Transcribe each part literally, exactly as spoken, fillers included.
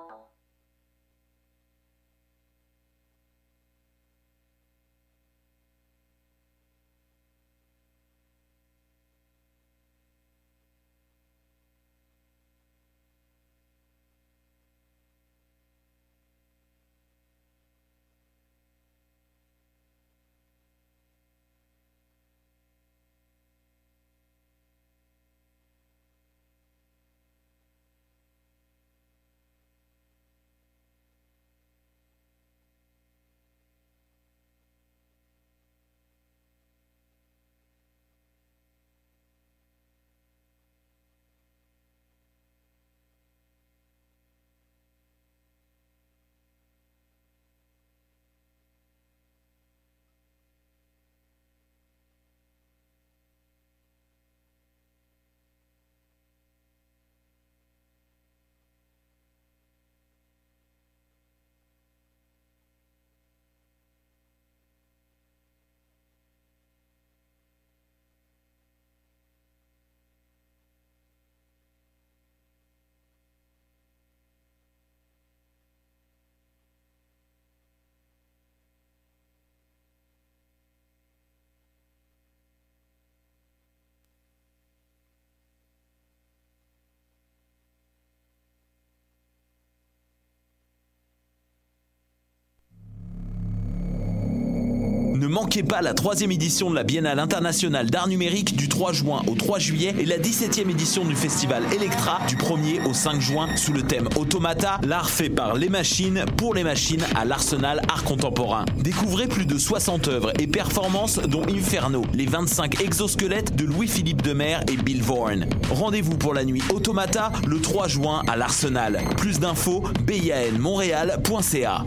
Ne manquez pas la troisième édition de la Biennale internationale d'art numérique du trois juin au trois juillet et la dix-septième édition du festival Electra du premier au cinq juin sous le thème Automata, l'art fait par les machines pour les machines à l'Arsenal Art Contemporain. Découvrez plus de soixante œuvres et performances dont Inferno, les vingt-cinq exosquelettes de Louis-Philippe Demer et Bill Vaughan. Rendez-vous pour la nuit Automata le trois juin à l'Arsenal. Plus d'infos, b i a n montréal point c a.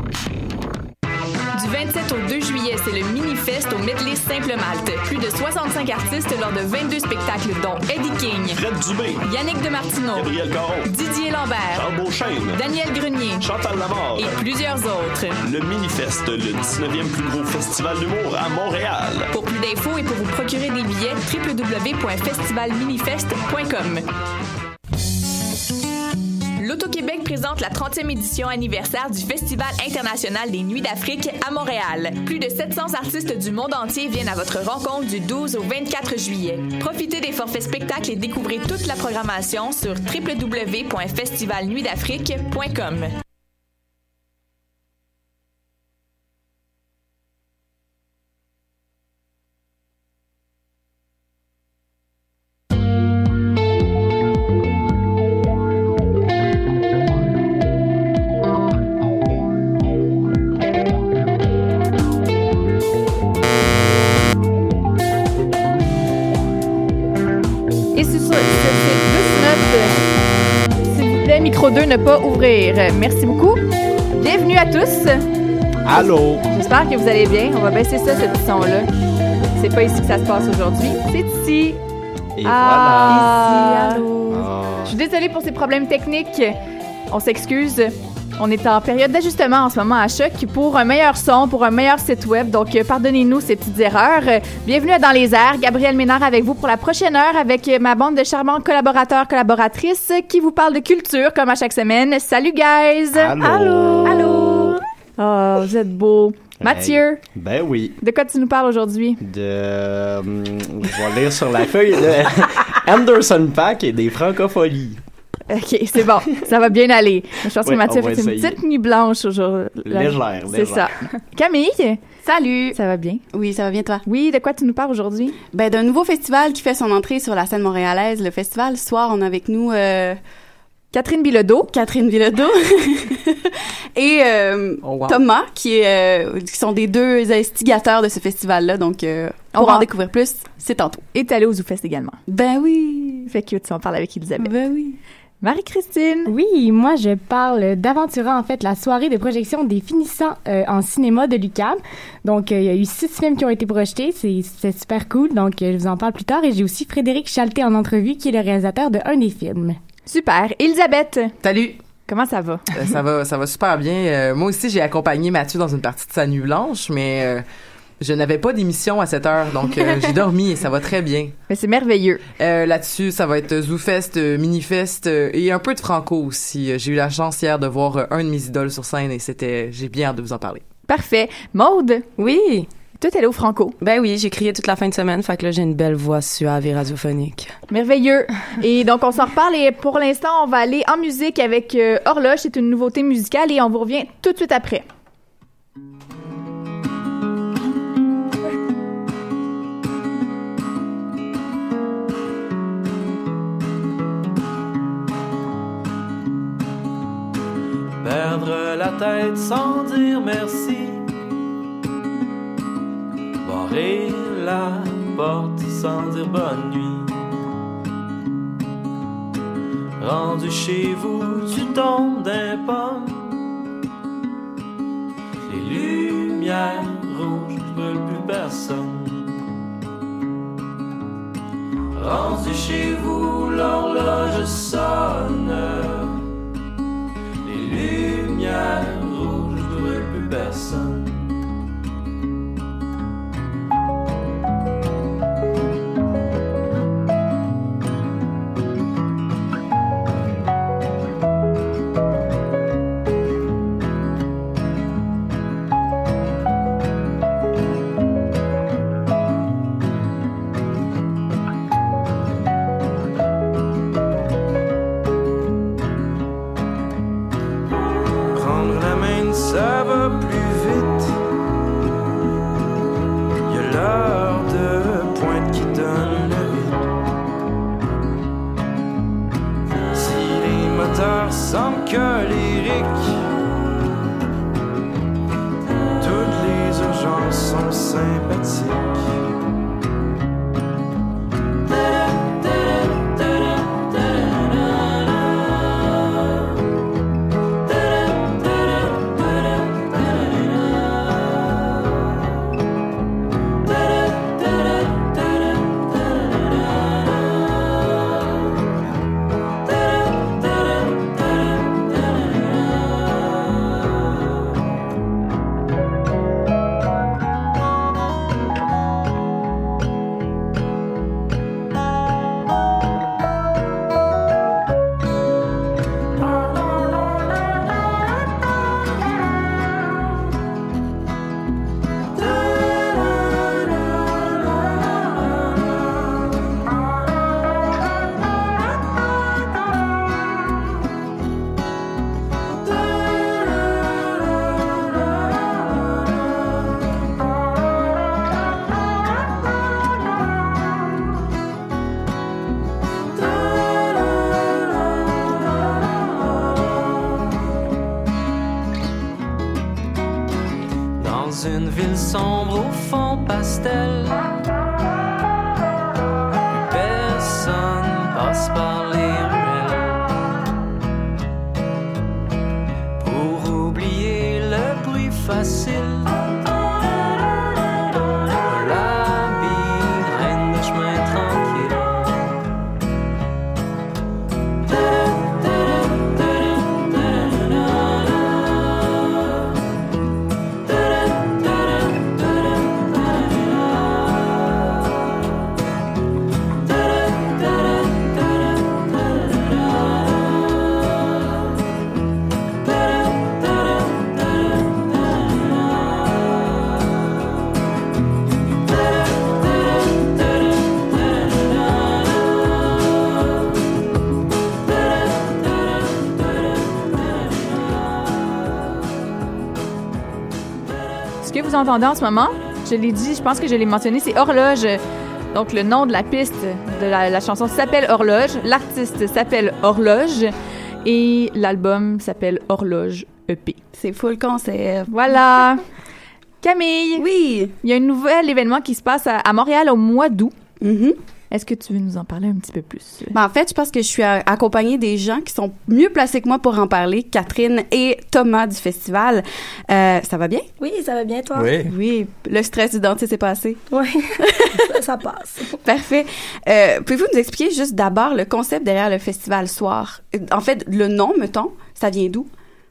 Du vingt-sept au deux juillet, c'est le Mini-Fest au Medley Simple Malte. Plus de soixante-cinq artistes lors de vingt-deux spectacles, dont Eddie King, Fred Dubé, Yannick Demartino, Gabriel Caron, Didier Lambert, Charles Beauchesne, Daniel Grenier, Chantal Lamarre et plusieurs autres. Le Mini-Fest, le dix-neuvième plus gros festival d'humour à Montréal. Pour plus d'infos et pour vous procurer des billets, w w w point festival minifest point com. L'Auto-Québec présente la trentième édition anniversaire du Festival international des Nuits d'Afrique à Montréal. Plus de sept cents artistes du monde entier viennent à votre rencontre du douze au vingt-quatre juillet. Profitez des forfaits spectacles et découvrez toute la programmation sur w w w point festival nuit d'afrique point com. Micro deux, ne pas ouvrir. Merci beaucoup. Bienvenue à tous. Allô. J'espère que vous allez bien. On va baisser ça, ce petit son-là. C'est pas ici que ça se passe aujourd'hui. C'est ici. Et ah, voilà. Ici, allô. Ah. Je suis désolée pour ces problèmes techniques. On s'excuse. On est en période d'ajustement en ce moment à Choc pour un meilleur son, pour un meilleur site web. Donc, euh, pardonnez-nous ces petites erreurs. Euh, bienvenue à Dans les airs. Gabrielle Ménard avec vous pour la prochaine heure avec euh, ma bande de charmants collaborateurs, collaboratrices qui vous parlent de culture comme à chaque semaine. Salut, guys! Allô! Allô! Allô! Oh, vous êtes beaux. Mathieu! Hey. Ben oui. De quoi tu nous parles aujourd'hui? De... Euh, je vais lire sur la feuille de Anderson .Paak et des francopholies. OK, c'est bon. Ça va bien aller. Je pense oui, que Mathieu a fait une petite nuit blanche aujourd'hui. Légère, C'est légère. ça. Camille? Salut! Ça va bien? Oui, ça va bien, toi? Oui, de quoi tu nous parles aujourd'hui? Ben, d'un nouveau festival qui fait son entrée sur la scène montréalaise, le festival. Ce soir, on a avec nous... Euh... Catherine Bilodeau. Catherine Bilodeau. Et euh, oh, wow. Thomas, qui, est, euh, qui sont des deux instigateurs de ce festival-là. Donc, euh, pour on en va... découvrir plus, c'est tantôt. Et t'es allée au ZooFest également. Ben oui! Fait cute, on parle avec Elisabeth. Ben oui. Marie-Christine. Oui, moi je parle d'Aventura, en fait, la soirée de projection des finissants euh, en cinéma de l'U Q A M. Donc, euh, il y a eu six films qui ont été projetés, c'est, c'est super cool, donc euh, je vous en parle plus tard. Et j'ai aussi Frédéric Chalté en entrevue, qui est le réalisateur de un des films. Super. Elisabeth. Salut. Comment ça va? Euh, ça va, ça va super bien. Euh, moi aussi, j'ai accompagné Mathieu dans une partie de sa nuit blanche, mais euh, Je n'avais pas d'émission à cette heure, donc euh, j'ai dormi et ça va très bien. Mais c'est merveilleux. Euh, là-dessus, ça va être ZooFest, euh, Minifest euh, et un peu de Franco aussi. J'ai eu la chance hier de voir euh, un de mes idoles sur scène et c'était, j'ai bien hâte de vous en parler. Parfait. Maude? Oui. Toi, t'es allée au Franco. Ben oui, j'ai crié toute la fin de semaine, fait que là, j'ai une belle voix suave et radiophonique. Merveilleux. Et donc, on s'en reparle et pour l'instant, on va aller en musique avec euh, Horloge. C'est une nouveauté musicale et on vous revient tout de suite après. Perdre la tête sans dire merci, barrer la porte sans dire bonne nuit. Rendu chez vous, tu tombes d'un pomme. Les lumières rouges brûlent plus personne. Rendu chez vous, l'horloge sonne. Lumière rouge, je brûle plus personne. Ça va plus vite. Y'a l'heure de pointe qui donne le rythme. Si les moteurs semblent colériques, toutes les urgences sont sympathiques. Une ville sombre au fond pastel, plus personne passe par les ruelles pour oublier le bruit facile. Un labyrinthe de chemin tranquille. Ce que vous entendez en ce moment, je l'ai dit, je pense que je l'ai mentionné, c'est Horloge. Donc, le nom de la piste de la, la chanson s'appelle Horloge. L'artiste s'appelle Horloge. Et l'album s'appelle Horloge E P. C'est full concept. Voilà. Camille. Oui. Il y a un nouvel événement qui se passe à, à Montréal au mois d'août. Mm-hmm. Est-ce que tu veux nous en parler un petit peu plus? Ben, en fait, je pense que je suis a- accompagnée des gens qui sont mieux placés que moi pour en parler. Catherine et Thomas du festival. Euh, ça va bien? Oui, ça va bien, toi? Oui. Oui. Le stress du dentiste est passé? Oui, ça, ça passe. Parfait. Euh, pouvez-vous nous expliquer juste d'abord le concept derrière le festival Soir? En fait, le nom, mettons, ça vient d'où?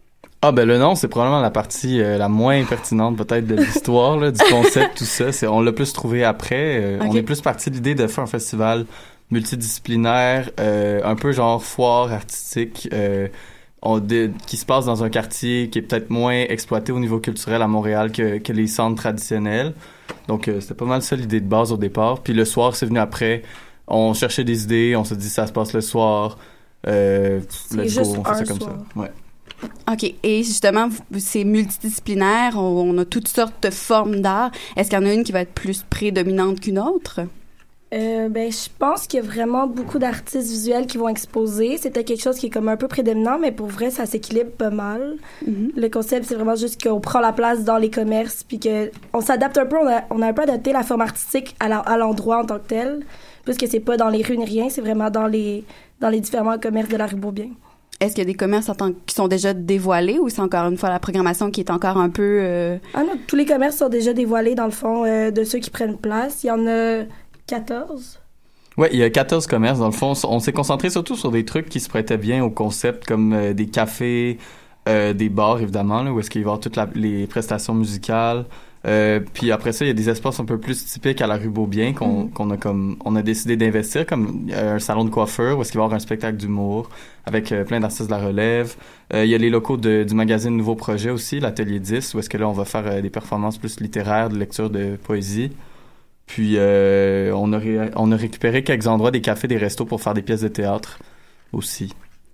Ah ben le nom, c'est probablement la partie euh, la moins pertinente peut-être de l'histoire, là, du concept, tout ça. C'est, on l'a plus trouvé après. Euh, okay. On est plus parti de l'idée de faire un festival multidisciplinaire, euh, un peu genre foire artistique, euh, on, de, qui se passe dans un quartier qui est peut-être moins exploité au niveau culturel à Montréal que, que les centres traditionnels. Donc euh, c'était pas mal ça l'idée de base au départ. Puis le soir, c'est venu après. On cherchait des idées, on se dit ça se passe le soir. Euh, c'est let's juste go, on fait ça comme soir. ça. Ouais. OK. Et justement, c'est multidisciplinaire. On, on a toutes sortes de formes d'art. Est-ce qu'il y en a une qui va être plus prédominante qu'une autre? Euh, ben, je pense qu'il y a vraiment beaucoup d'artistes visuels qui vont exposer. C'était quelque chose qui est comme un peu prédominant, mais pour vrai, ça s'équilibre pas mal. Mm-hmm. Le concept, c'est vraiment juste qu'on prend la place dans les commerces, puis qu'on s'adapte un peu. On a, on a un peu adapté la forme artistique à, la, à l'endroit en tant que tel, puisque c'est pas dans les rues ni rien, c'est vraiment dans les, dans les différents commerces de la rue Beaubien. Est-ce qu'il y a des commerces en tant que, qui sont déjà dévoilés ou c'est encore une fois la programmation qui est encore un peu... Euh... Ah non, tous les commerces sont déjà dévoilés, dans le fond, euh, de ceux qui prennent place. Il y en a quatorze. Ouais, il y a quatorze commerces. Dans le fond, on s'est concentré surtout sur des trucs qui se prêtaient bien au concept, comme euh, des cafés, euh, des bars, évidemment, là, où est-ce qu'il va y avoir toutes la, les prestations musicales. Euh, puis après ça, il y a des espaces un peu plus typiques à la rue Beaubien qu'on, mm-hmm. qu'on a comme on a décidé d'investir, comme euh, un salon de coiffeur où est-ce qu'il va y avoir un spectacle d'humour avec euh, plein d'artistes de la relève. Euh, il y a les locaux de, du magazine Nouveau Projet aussi, l'Atelier dix, où est-ce que là on va faire euh, des performances plus littéraires, de lecture de poésie. Puis euh, on a ré- on a récupéré quelques endroits, des cafés, des restos pour faire des pièces de théâtre aussi.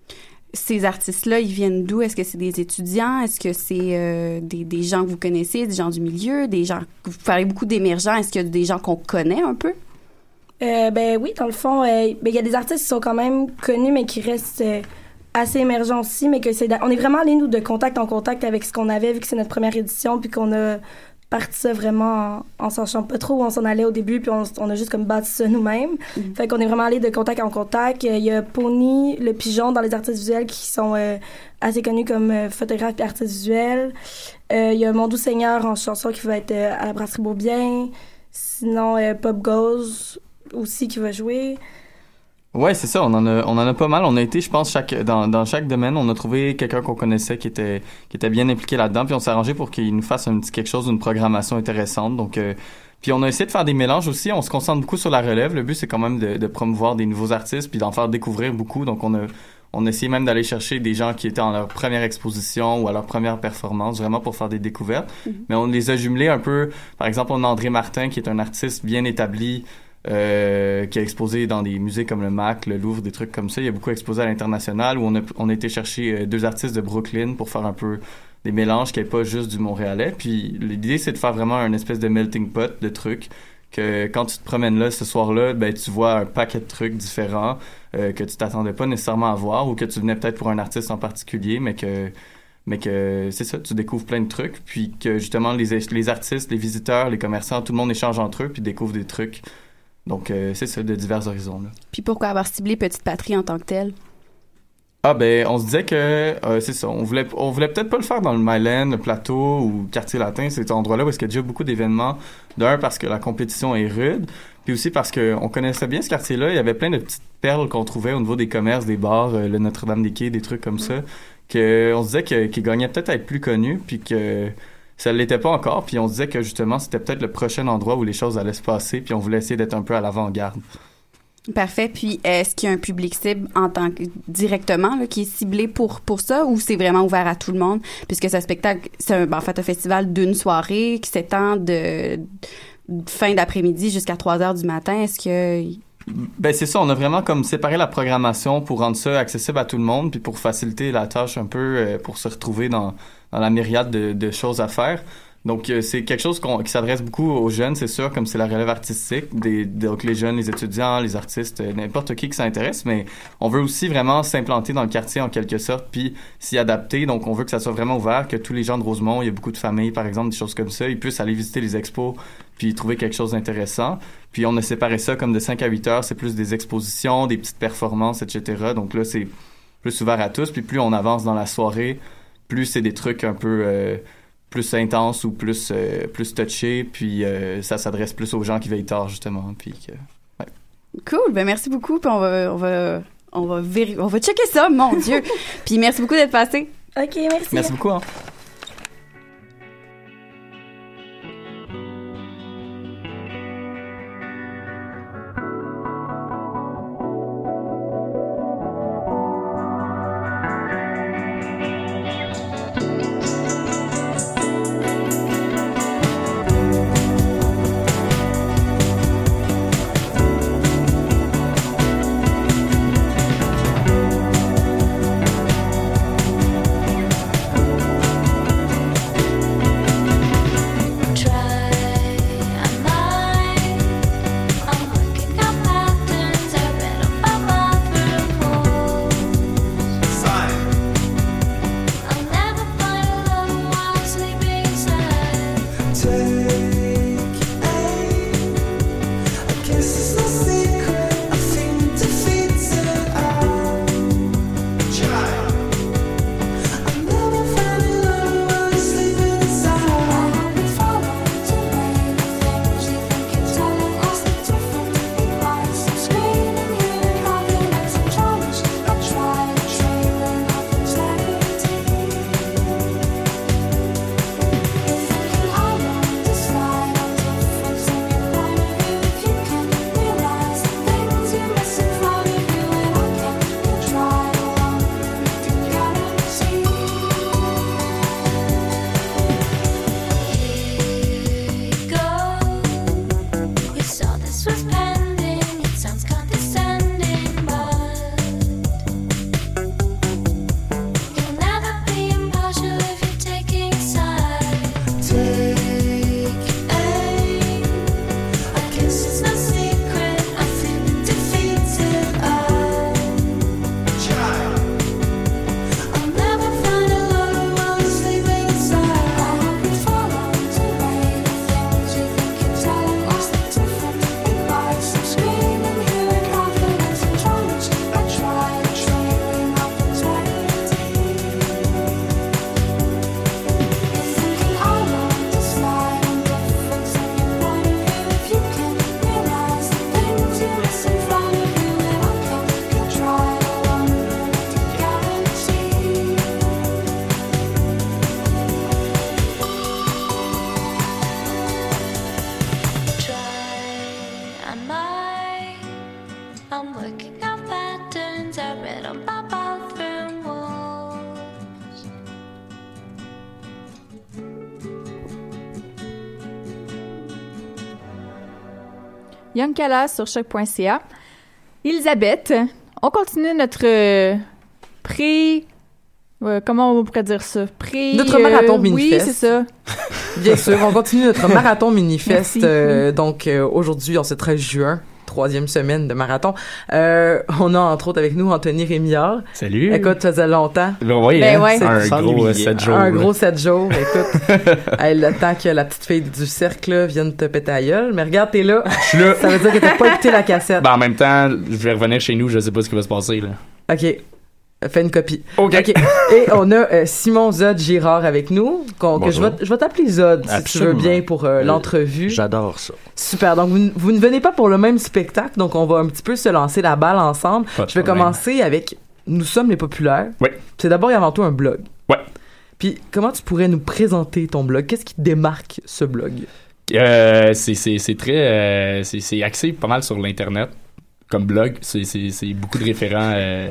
Ces artistes-là, ils viennent d'où? Est-ce que c'est des étudiants? Est-ce que c'est euh, des, des gens que vous connaissez, des gens du milieu, des gens... Vous parlez beaucoup d'émergents. Est-ce qu'il y a des gens qu'on connaît un peu? Euh, ben oui, dans le fond, euh, ben, il y a des artistes qui sont quand même connus, mais qui restent euh, assez émergents aussi, mais que c'est... On est vraiment allés, nous, de contact en contact avec ce qu'on avait, vu que c'est notre première édition, puis qu'on a parti ça vraiment en, en sachant pas trop où on s'en allait au début, puis on, on a juste comme bâti ça nous-mêmes. Mm-hmm. Fait qu'on est vraiment allé de contact en contact. Il y a Pony, le pigeon dans les artistes visuels qui sont euh, assez connus comme euh, photographes et artistes visuels. Euh, il y a Mon Doux Seigneur en chanson qui va être euh, à la Brasserie Beaubien. Sinon, euh, Pop Goes aussi qui va jouer. Ouais, c'est ça. On en a, on en a pas mal. On a été, je pense, chaque dans, dans chaque domaine, on a trouvé quelqu'un qu'on connaissait qui était qui était bien impliqué là-dedans. Puis on s'est arrangé pour qu'il nous fasse un petit quelque chose, une programmation intéressante. Donc, euh, puis on a essayé de faire des mélanges aussi. On se concentre beaucoup sur la relève. Le but, c'est quand même de, de promouvoir des nouveaux artistes puis d'en faire découvrir beaucoup. Donc, on a on a essayé même d'aller chercher des gens qui étaient en leur première exposition ou à leur première performance, vraiment pour faire des découvertes. Mm-hmm. Mais on les a jumelés un peu. Par exemple, on a André Martin, qui est un artiste bien établi. Euh, qui a exposé dans des musées comme le M A C, le Louvre, des trucs comme ça. Il a beaucoup exposé à l'international où on a, on a été chercher euh, deux artistes de Brooklyn pour faire un peu des mélanges qui n'est pas juste du montréalais. Puis l'idée, c'est de faire vraiment un espèce de melting pot de trucs que quand tu te promènes là ce soir-là, ben tu vois un paquet de trucs différents euh, que tu t'attendais pas nécessairement à voir ou que tu venais peut-être pour un artiste en particulier, mais que mais que c'est ça, tu découvres plein de trucs, puis que justement les, les artistes, les visiteurs, les commerçants, tout le monde échange entre eux puis découvre des trucs. Donc, euh, c'est ça, de divers horizons. Là. Puis pourquoi avoir ciblé Petite Patrie en tant que telle? Ah, ben, on se disait que, euh, c'est ça, on voulait, on voulait peut-être pas le faire dans le Myland, le Plateau ou le Quartier Latin, cet endroit-là où il y a déjà beaucoup d'événements. D'un, parce que la compétition est rude, puis aussi parce qu'on connaissait bien ce quartier-là. Il y avait plein de petites perles qu'on trouvait au niveau des commerces, des bars, euh, le Notre-Dame-des-Quais, des trucs comme ça, qu'on se disait que, qu'ils gagnaient peut-être à être plus connus, puis que ça ne l'était pas encore, puis on se disait que justement, c'était peut-être le prochain endroit où les choses allaient se passer, puis on voulait essayer d'être un peu à l'avant-garde. Parfait. Puis, est-ce qu'il y a un public cible en tant que directement là, qui est ciblé pour pour ça, ou c'est vraiment ouvert à tout le monde, puisque ce spectacle, c'est un, en fait un festival d'une soirée qui s'étend de, de fin d'après-midi jusqu'à trois heures du matin. Est-ce que Ben c'est ça, on a vraiment comme séparé la programmation pour rendre ça accessible à tout le monde, puis pour faciliter la tâche un peu, euh, pour se retrouver dans dans la myriade de, de choses à faire. Donc, euh, c'est quelque chose qu'on, qui s'adresse beaucoup aux jeunes, c'est sûr, comme c'est la relève artistique, des, donc les jeunes, les étudiants, les artistes, euh, n'importe qui qui s'intéresse, mais on veut aussi vraiment s'implanter dans le quartier en quelque sorte, puis s'y adapter. Donc, on veut que ça soit vraiment ouvert, que tous les gens de Rosemont, il y a beaucoup de familles, par exemple, des choses comme ça, ils puissent aller visiter les expos, puis trouver quelque chose d'intéressant. Puis, on a séparé ça comme de cinq à huit heures, c'est plus des expositions, des petites performances, et cetera. Donc là, c'est plus ouvert à tous, puis plus on avance dans la soirée, plus c'est des trucs un peu euh, plus intenses ou plus euh, plus touchés, puis euh, ça s'adresse plus aux gens qui veillent tard justement, puis que, ouais. Cool, ben merci beaucoup, puis on va on va on va véri- on va checker ça, mon Dieu. Puis merci beaucoup d'être passé. OK, merci. Merci beaucoup. Hein. Young Kala sur choc point c a. Elisabeth, on continue notre euh, pré... Euh, comment on pourrait dire ça? Pré... Notre marathon euh, mini-fest. Oui, c'est ça. Bien sûr, on continue notre marathon mini-fest. Merci. Euh, donc, euh, aujourd'hui, on se treize juin. Troisième semaine de marathon. Euh, on a entre autres avec nous Anthony Rémillard. Salut. Écoute, ça faisait longtemps. Oui, ben hein? ouais. Un gros sept jours. Un là. gros sept jours. Écoute, hey, le temps que la petite fille du cercle là, vienne te péter à gueule. Mais regarde, t'es là. Je suis là. Ça veut dire que t'as pas écouté la cassette. Ben, en même temps, je vais revenir chez nous, je sais pas ce qui va se passer, là. OK. Fais une copie. OK. okay. Et on a euh, Simon Zod Girard avec nous. Qu'on, que je vais, je vais t'appeler Zod, si Absolument. tu veux bien, pour euh, l'entrevue. J'adore ça. Super. Donc, vous, vous ne venez pas pour le même spectacle, donc on va un petit peu se lancer la balle ensemble. Pas de je vais problème. commencer avec Nous sommes les populaires. Oui. C'est d'abord et avant tout un blog. Ouais. Puis, comment tu pourrais nous présenter ton blog? Qu'est-ce qui démarque ce blog? Euh, c'est, c'est, c'est très... euh, c'est, c'est axé pas mal sur l'Internet. Comme blog, c'est, c'est, c'est beaucoup de référents... Euh,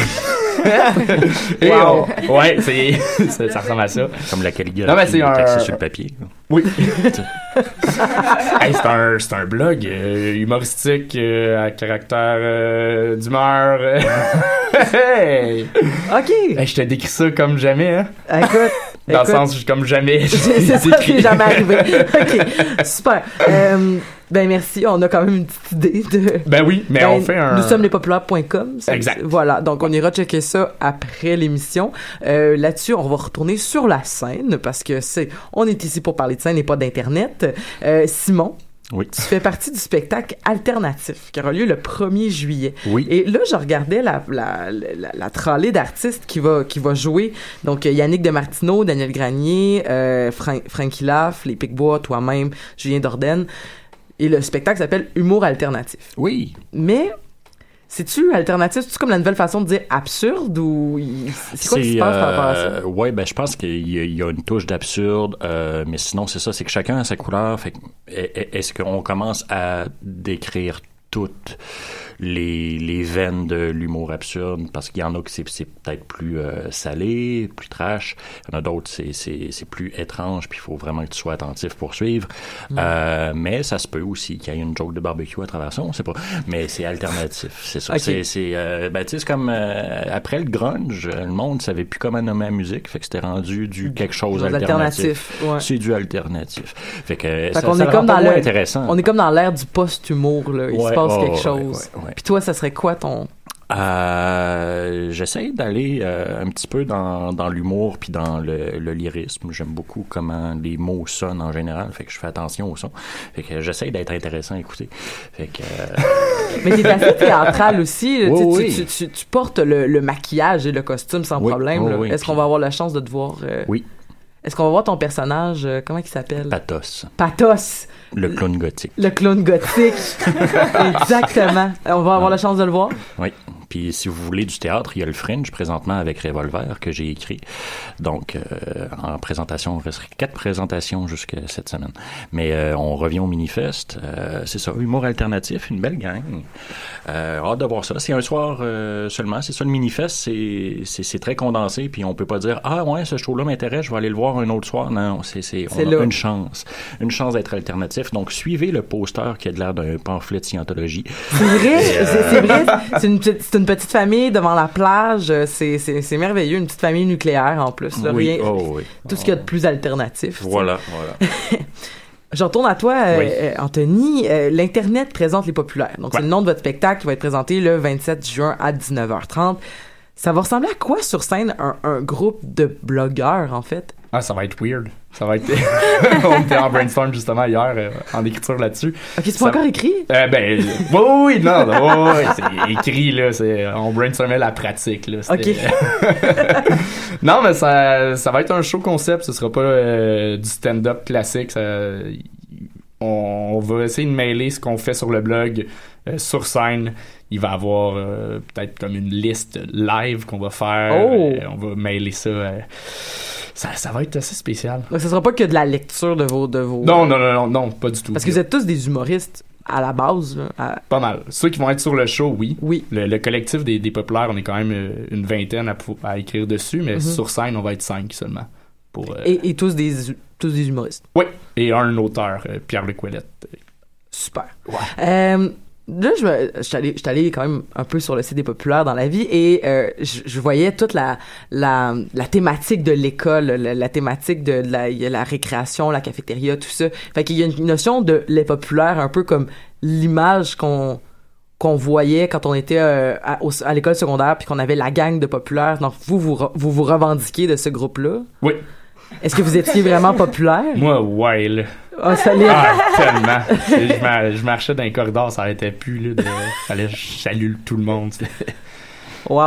Et wow. on, ouais, c'est, ça, ça ressemble à ça. Comme la calligraphie Non, mais c'est un... taxé sur le papier. Oui. Hey, c'est, un, c'est un blog euh, humoristique euh, à caractère euh, d'humeur. euh. Hey! OK. Hey, je te décris ça comme jamais, hein? Écoute. Dans écoute, le sens où comme jamais. c'est ça qui est jamais arrivé. OK. Super. Euh, ben merci, on a quand même une petite idée de... Ben oui, mais ben, on fait un... Nous sommes les populaires point com. Exact. Voilà, donc on ira checker ça après l'émission. Euh, là-dessus, on va retourner sur la scène parce que c'est, on est ici pour parler de scène et pas d'Internet. Euh, Simon, oui. Tu fais partie du spectacle alternatif qui aura lieu le premier juillet. Oui. Et là, je regardais la, la, la, la tralée d'artistes qui va, qui va jouer. Donc, Yannick Demartino, Daniel Granier, euh, Fran- Frankie Laff, Les Picbois, toi-même, Julien Dordaine. Et le spectacle s'appelle Humour alternatif. Oui. Mais C'est-tu alternatif? C'est-tu comme la nouvelle façon de dire absurde ou il- c'est quoi qui se passe par rapport à ça? Euh, ouais, ben je pense qu'il y a, il y a une touche d'absurde, euh, mais sinon c'est ça, c'est que chacun a sa couleur. Fait que, est- est-ce qu'on commence à décrire toutes les, les veines de l'humour absurde, parce qu'il y en a que c'est, c'est peut-être plus euh, salé, plus trash. Il y en a d'autres, c'est, c'est, c'est plus étrange, puis il faut vraiment que tu sois attentif pour suivre. Mm. Euh, mais ça se peut aussi qu'il y ait une joke de barbecue à travers ça, on sait pas. Mais c'est alternatif, c'est ça. Okay. C'est, c'est, euh, ben, tu sais, c'est comme euh, après le grunge, le monde savait plus comment nommer la musique, fait que c'était rendu du quelque chose Chose alternatif. alternatif, ouais. C'est du alternatif. Fait que Fait ça, qu'on ça est le comme rend pas dans moins l'ère, intéressant. on est comme dans l'ère du post-humour, là. Il Ouais, se passe oh, quelque ouais, chose. ouais, ouais. Puis toi, ça serait quoi ton... Euh, j'essaie d'aller euh, un petit peu dans, dans l'humour puis dans le, le lyrisme. J'aime beaucoup comment les mots sonnent en général, fait que je fais attention au son. Fait que j'essaie d'être intéressant à écouter. Fait que... euh, Mais t'es assez théâtral aussi. là. Oui, Tu, oui. tu, tu, tu portes le, le maquillage et le costume sans Oui, problème. oui, là. oui, Est-ce puis- qu'on va avoir la chance de te voir? euh, Oui. Est-ce qu'on va voir ton personnage? euh, comment il s'appelle? Pathos. Pathos. Le clown gothique. Le clown gothique. Exactement. On va avoir la chance de le voir? Oui. Puis si vous voulez du théâtre, il y a le Fringe présentement avec Revolver que j'ai écrit. Donc, euh, en présentation, il resterait quatre présentations jusqu'à cette semaine. Mais euh, on revient au Minifest. Euh, c'est ça, humour alternatif, une belle gang. Euh, hâte de voir ça. C'est un soir euh, seulement. C'est ça, le Minifest, c'est, c'est, c'est très condensé. Puis on peut pas dire, ah ouais, ce show-là m'intéresse, je vais aller le voir un autre soir. Non, c'est, c'est, on C'est a là. une chance. Une chance d'être alternatif. Donc, suivez le poster qui a de l'air d'un pamphlet de scientologie. C'est vrai, Et, euh, c'est, c'est vrai. C'est une, petite- c'est une petite famille devant la plage. C'est, c'est, c'est merveilleux. Une petite famille nucléaire en plus. Là. Oui, Rien- oh oui. Tout ce qu'il y a de plus alternatif. tu sais. Voilà, voilà. Je retourne à toi, euh, Oui. euh, Anthony. Euh, L'Internet présente les populaires. Donc, Ouais. c'est le nom de votre spectacle qui va être présenté le vingt-sept juin à dix-neuf heures trente. Ça va ressembler à quoi sur scène un, un groupe de blogueurs, en fait? Ah, ça va être weird. Ça va être... On était en brainstorm justement hier, euh, en écriture là-dessus. Ok, c'est Ça- pas encore écrit? Euh, ben, oui, oui, oui, non, non, oui, oui, c'est écrit, là, c'est, on brainstormait la pratique, là. c'était- non, mais ça, ça va être un show concept, ce sera pas euh, du stand-up classique, ça, on, on va essayer de mêler ce qu'on fait sur le blog euh, sur scène. Il va y avoir euh, peut-être comme une liste live qu'on va faire. Oh! Euh, on va mêler ça. euh, ça. Ça va être assez spécial. Donc, ce sera pas que de la lecture de vos... De vos Non, non, non, non, non, pas du tout. Parce que vous êtes tous des humoristes à la base. Là, à- Pas mal. Ceux qui vont être sur le show, oui. Oui. Le, le collectif des, des populaires, on est quand même euh, une vingtaine à, pou- à écrire dessus, mais Mhm. sur scène, on va être cinq seulement. Pour, euh, Et, et tous, des, tous des humoristes. Oui, et un auteur, euh, Pierre-Luc Ouellette. Super. Euh, là, je me- je suis allé, je suis allé quand même un peu sur le site des populaires dans la vie et euh, je, je voyais toute la, la, la thématique de l'école, la, la thématique de la, il y a la récréation, la cafétéria, tout ça. Fait qu'il y a une notion de les populaires un peu comme l'image qu'on qu'on voyait quand on était euh, à, au- à l'école secondaire puis qu'on avait la gang de populaires. Donc, vous, vous, re- vous vous revendiquez de ce groupe-là. Oui. Est-ce que vous étiez vraiment populaire? Moi, ouais, là. Ah, solide. Ah, tellement. je, mar- je marchais dans les corridors, ça arrêtait plus, là. De... Fallait que je salue tout le monde. Wow.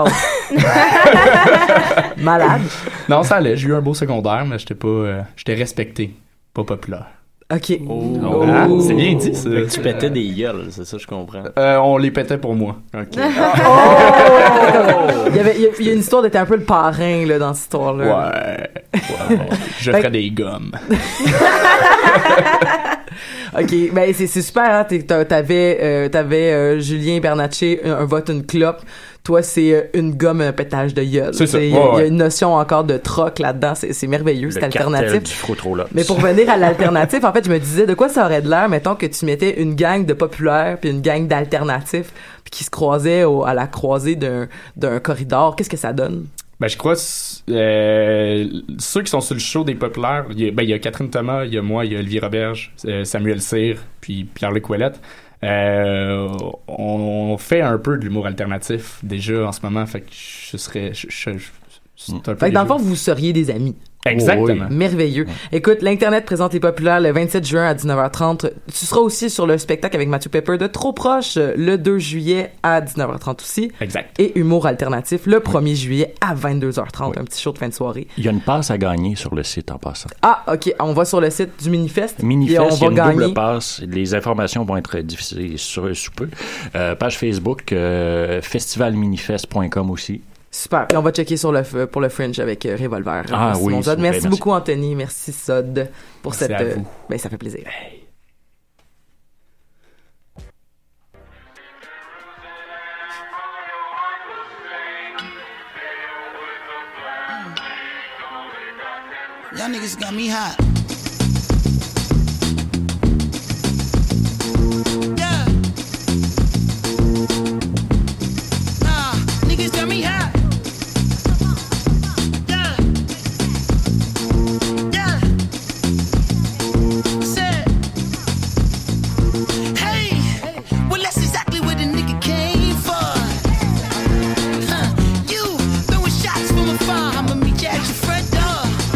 Malade. Non, ça allait. J'ai eu un beau secondaire, mais j'étais pas... euh, j'étais respecté. Pas populaire. OK. Oh. Ah, c'est bien dit, ça. Fait que tu pétais des gueules, c'est ça, je comprends. Euh, on les pétait pour moi. OK. Oh! il, y avait, il, y a, il y a une histoire d'être un peu le parrain là, dans cette histoire-là. Ouais. ouais. Je Fait ferais que- des gommes. OK, ben c'est, c'est super, hein? T'es- t'a- T'avais, euh, t'avais euh, Julien Bernatchez, un, un vote, une clope. Toi, c'est euh, une gomme, un pétage de gueule. C'est ça, Il y, a- ouais, il y a ouais. une notion encore de troc là-dedans. C'est, c'est merveilleux, c'est Le alternatif. cartel du Frotrolops. Mais pour revenir à l'alternatif, en fait, je me disais de quoi ça aurait de l'air, mettons, que tu mettais une gang de populaires puis une gang d'alternatifs puis qui se croisaient au- à la croisée d'un, d'un corridor. Qu'est-ce que ça donne? Ben, je crois, euh, ceux qui sont sur le show des populaires, il y a, ben, il y a Catherine Thomas, il y a moi, il y a Olivier Roberge, euh, Samuel Cyr, puis Pierre-Luc Ouellette. Euh, on fait un peu de l'humour alternatif déjà en ce moment, fait que je serais, je, je, je- c'est un peu Fait que dans le les fond, jeux. vous seriez des amis. Exactement. Merveilleux. Écoute, l'Internet présente les populaires le vingt-sept juin à dix-neuf heures trente. Tu seras aussi sur le spectacle avec Matthew Pepper de Trop Proche le deux juillet à dix-neuf heures trente aussi. Exact. Et Humour alternatif le premier juillet à vingt-deux heures trente. Oui. Un petit show de fin de soirée. Il y a une passe à gagner sur le site en passant. Ah, OK. On va sur le site du Minifest. Minifest, et on il y a va une gagner. double passe. Les informations vont être diffusées sur sous peu. Euh, page Facebook, euh, festival minifest point com aussi. Super. Puis on va checker sur le f- pour le Fringe avec euh, Revolver. Ah merci, oui. Mon Zod. Merci, merci beaucoup, Anthony. Merci, Sod, pour merci cette. À vous. Euh, ben, ça fait plaisir. Hey. Y'all niggas got me hot. Yeah. Nah, niggas got me hot. Yeah. Yeah. Said. Hey. Well, that's exactly where the nigga came from. Huh. You throwing shots from afar. I'ma meet you at your front door.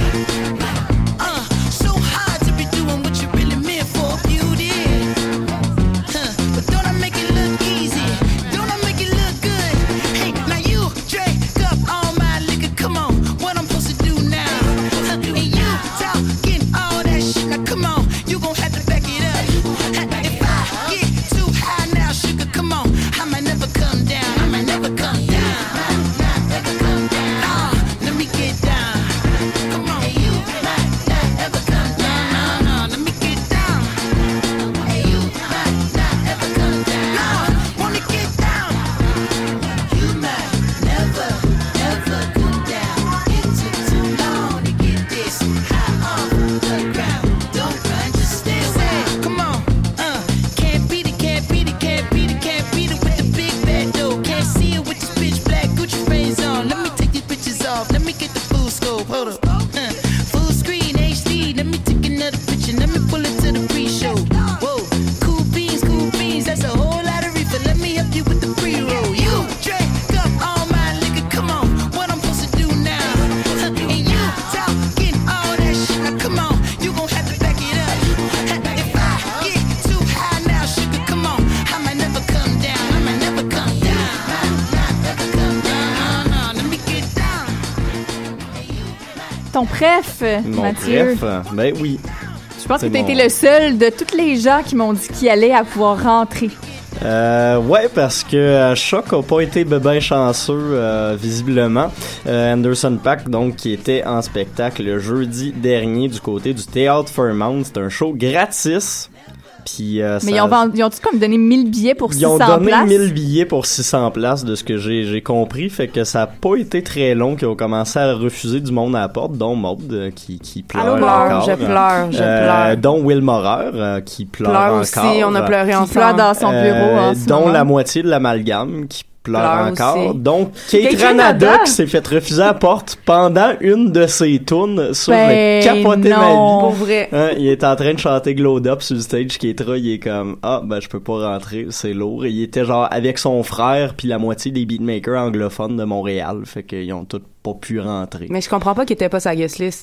Ton préf, Mon Mathieu. préf, ben oui. Je pense C'est que tu as mon- été le seul de tous les gens qui m'ont dit qu'ils allaient à pouvoir rentrer. Euh, ouais, parce que euh, Choc a pas été ben chanceux, euh, visiblement. Euh, Anderson .Paak, donc, qui était en spectacle le jeudi dernier du côté du Théâtre Fairmount. C'est un show gratis. Puis, euh, Mais ça- ils ont, vendu, ils ont comme donné mille billets pour Ils six cents ont donné places? mille billets pour six cents places, de ce que j'ai, j'ai compris. Fait que ça a pas été très long qu'ils ont commencé à refuser du monde à la porte, dont Maud, euh, qui, qui pleure Allô, Maud, encore. je pleure, je pleure. Dont Will Morer, euh, qui pleure, Pleure encore. aussi, on a pleuré Qui ensemble. pleure dans son bureau en ce Dont moment. la moitié de l'amalgame, qui pleure, Pleure encore. aussi. Donc, Kate Kate Ranada, Ranada. qui s'est fait refuser à la porte pendant une de ses tunes. Ça, Ben j'ai capoté ma non. vie. Pour vrai. Hein, il est en train de chanter Glowed Up sur le stage. Keitra, il est comme, ah, ben, je peux pas rentrer, c'est lourd. Et il était genre avec son frère puis la moitié des beatmakers anglophones de Montréal. Fait qu'ils ont tous pas pu rentrer. Mais je comprends pas qu'il était pas sa guest list.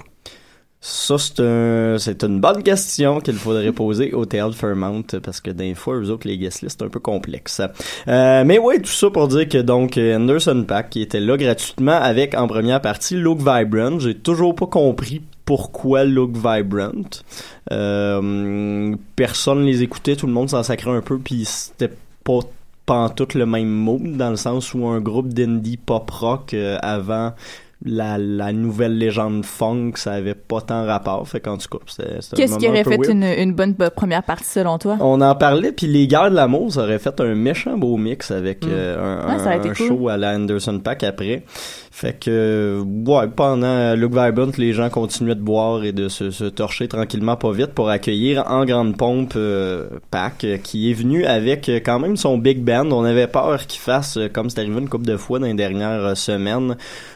Ça, c'est un, c'est une bonne question qu'il faudrait poser au Théâtre Fairmount, parce que des fois, eux autres, les guest lists, c'est un peu complexe. Euh, mais ouais, tout ça pour dire que donc, Anderson .Paak, qui était là gratuitement avec, en première partie, Look Vibrant. J'ai toujours pas compris pourquoi Look Vibrant. Euh, personne les écoutait, tout le monde s'en sacrait un peu, puis c'était pas pantoute le même mood, dans le sens où un groupe d'indie pop-rock euh, avant... La, la nouvelle légende funk, ça avait pas tant rapport. Fait qu'en tout cas, c'était, c'était Qu'est-ce un qui moment aurait un peu fait weird. une, une bonne b- première partie selon toi? On en parlait, puis les Guerres de l'amour, ça aurait fait un méchant beau mix avec Mm. euh, un, Ouais, ça aurait un, été un cool. show à la Anderson .Paak après. Fait que, ouais, pendant Look Vibrant, les gens continuaient de boire et de se, se torcher tranquillement pas vite pour accueillir en grande pompe euh, Paak, euh, qui est venu avec euh, quand même son big band. On avait peur qu'il fasse, euh, comme c'est arrivé une couple de fois dans les dernières euh, semaines, de juste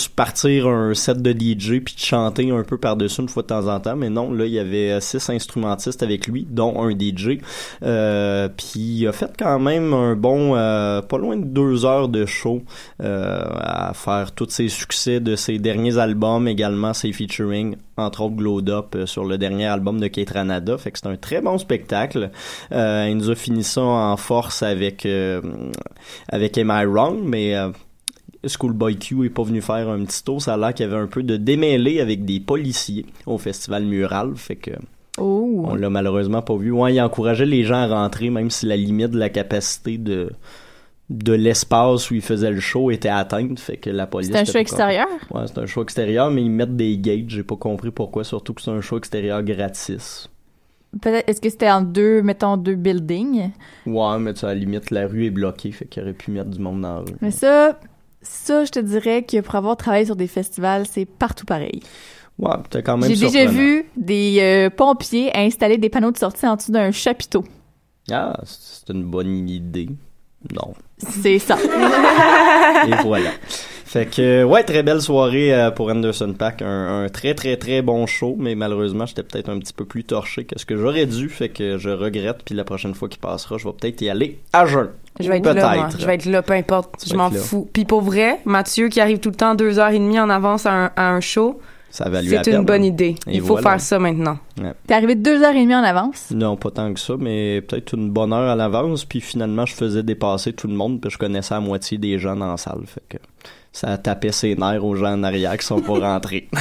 juste partir un set de D J puis de chanter un peu par-dessus une fois de temps en temps, mais non, là, il y avait six instrumentistes avec lui, dont un D J. Euh, puis il a fait quand même un bon, euh, pas loin de deux heures de show euh, à faire tous ses succès de ses derniers albums, également ses featuring, entre autres Glowed Up euh, sur le dernier album de Kate Ranada. Fait que c'est un très bon spectacle. Euh, il nous a fini ça en force avec euh, avec Am I Wrong, mais euh, Schoolboy Q est pas venu faire un petit tour. Ça a l'air qu'il y avait un peu de démêlé avec des policiers au Festival Mural. Fait que oh. on l'a malheureusement pas vu. Ouais, il encourageait les gens à rentrer, même si la limite de la capacité de de l'espace où il faisait le show était atteinte, fait que la police... C'est un show extérieur? Ouais, c'est un show extérieur, mais ils mettent des gates, j'ai pas compris pourquoi, surtout que c'est un show extérieur gratis. Peut-être, est-ce que c'était en deux, mettons, deux buildings? Ouais, mais tu sais, à la limite, la rue est bloquée, fait qu'il aurait pu mettre du monde dans la rue. Mais ça, ça, je te dirais que pour avoir travaillé sur des festivals, c'est partout pareil. Ouais, t'as quand même J'ai surprenant. déjà vu des euh, pompiers installer des panneaux de sortie en dessous d'un chapiteau. Ah, c'est une bonne idée. Non. C'est ça. Et voilà. Fait que, ouais, très belle soirée euh, pour Anderson .Paak. Un, un très, très, très bon show, mais malheureusement, j'étais peut-être un petit peu plus torché que ce que j'aurais dû. Fait que je regrette, puis la prochaine fois qu'il passera, je vais peut-être y aller à jeun. Je vais être peut-être. là, moi. Je vais être là, peu importe. Tu Je vas m'en être là. fous. Puis pour vrai, Mathieu, qui arrive tout le temps deux heures et demie en avance à un, à un show, Ça a valu la c'est une peine, bonne hein. idée. Et Il faut voilà. faire ça maintenant. Ouais. T'es arrivé deux heures et demie en avance? Non, pas tant que ça, mais peut-être une bonne heure à l'avance, puis finalement, je faisais dépasser tout le monde, puis je connaissais la moitié des gens dans la salle, fait que ça tapait ses nerfs aux gens en arrière qui sont pas rentrés.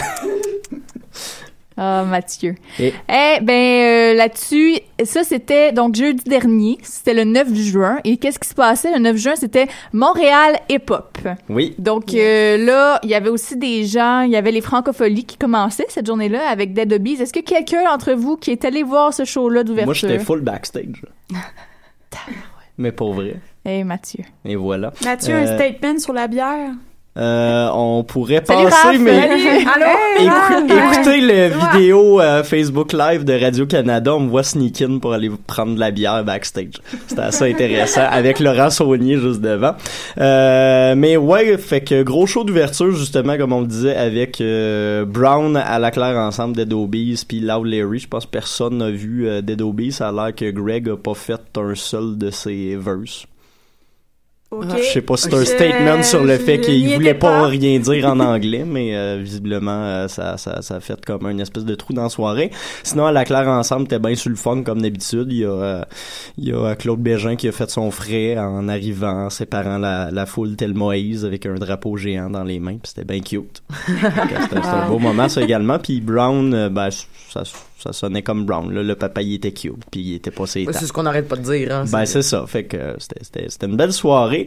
Ah, Mathieu. Et- Eh ben, euh, là-dessus, ça, c'était donc jeudi dernier. C'était le neuf juin. Et qu'est-ce qui se passait le neuf juin? C'était Montréal Hip-Hop. Oui. Donc euh, là, il y avait aussi des gens, il y avait les Francopholies qui commençaient cette journée-là avec Dead Obies. Est-ce que quelqu'un d'entre vous qui est allé voir ce show-là d'ouverture? Moi, j'étais full backstage. Mais pour vrai. Eh, Mathieu. Et voilà. Mathieu, Euh, un statement sur la bière? Euh, on pourrait Salut, penser, Raph! mais Salut! Allô? Écou- Hey! écoutez le Ouais. vidéo euh, Facebook Live de Radio-Canada, on me voit sneak in pour aller prendre de la bière backstage. C'était assez intéressant, avec Laurent Saunier juste devant. Euh, mais ouais, fait que gros show d'ouverture, justement, comme on le disait, avec euh, Brown à la claire ensemble, Dead Obies, puis Loud Larry. Je pense que personne n'a vu euh, Dead Obies. Ça a l'air que Greg a pas fait un seul de ses verses. Okay. Je sais pas si c'est un Je- statement sur le fait je qu'il n'y voulait étais pas, pas. rien dire en anglais, mais euh, visiblement euh, ça, ça, ça a fait comme une espèce de trou dans la soirée. Sinon, à la claire ensemble, t'es bien sur le fun comme d'habitude. Il y a, euh, il y a Claude Bégin qui a fait son frais en arrivant, en séparant la, la foule tel Moïse avec un drapeau géant dans les mains, puis c'était bien cute. C'était c'était un beau moment ça également. Puis Brown, euh, ben ça, ça sonnait comme Brown. Là. Le papa il était cute, puis il était pas ses Ouais, c'est ce qu'on arrête pas de dire. Hein, ben c'est ça, fait que euh, c'était, c'était, c'était une belle soirée.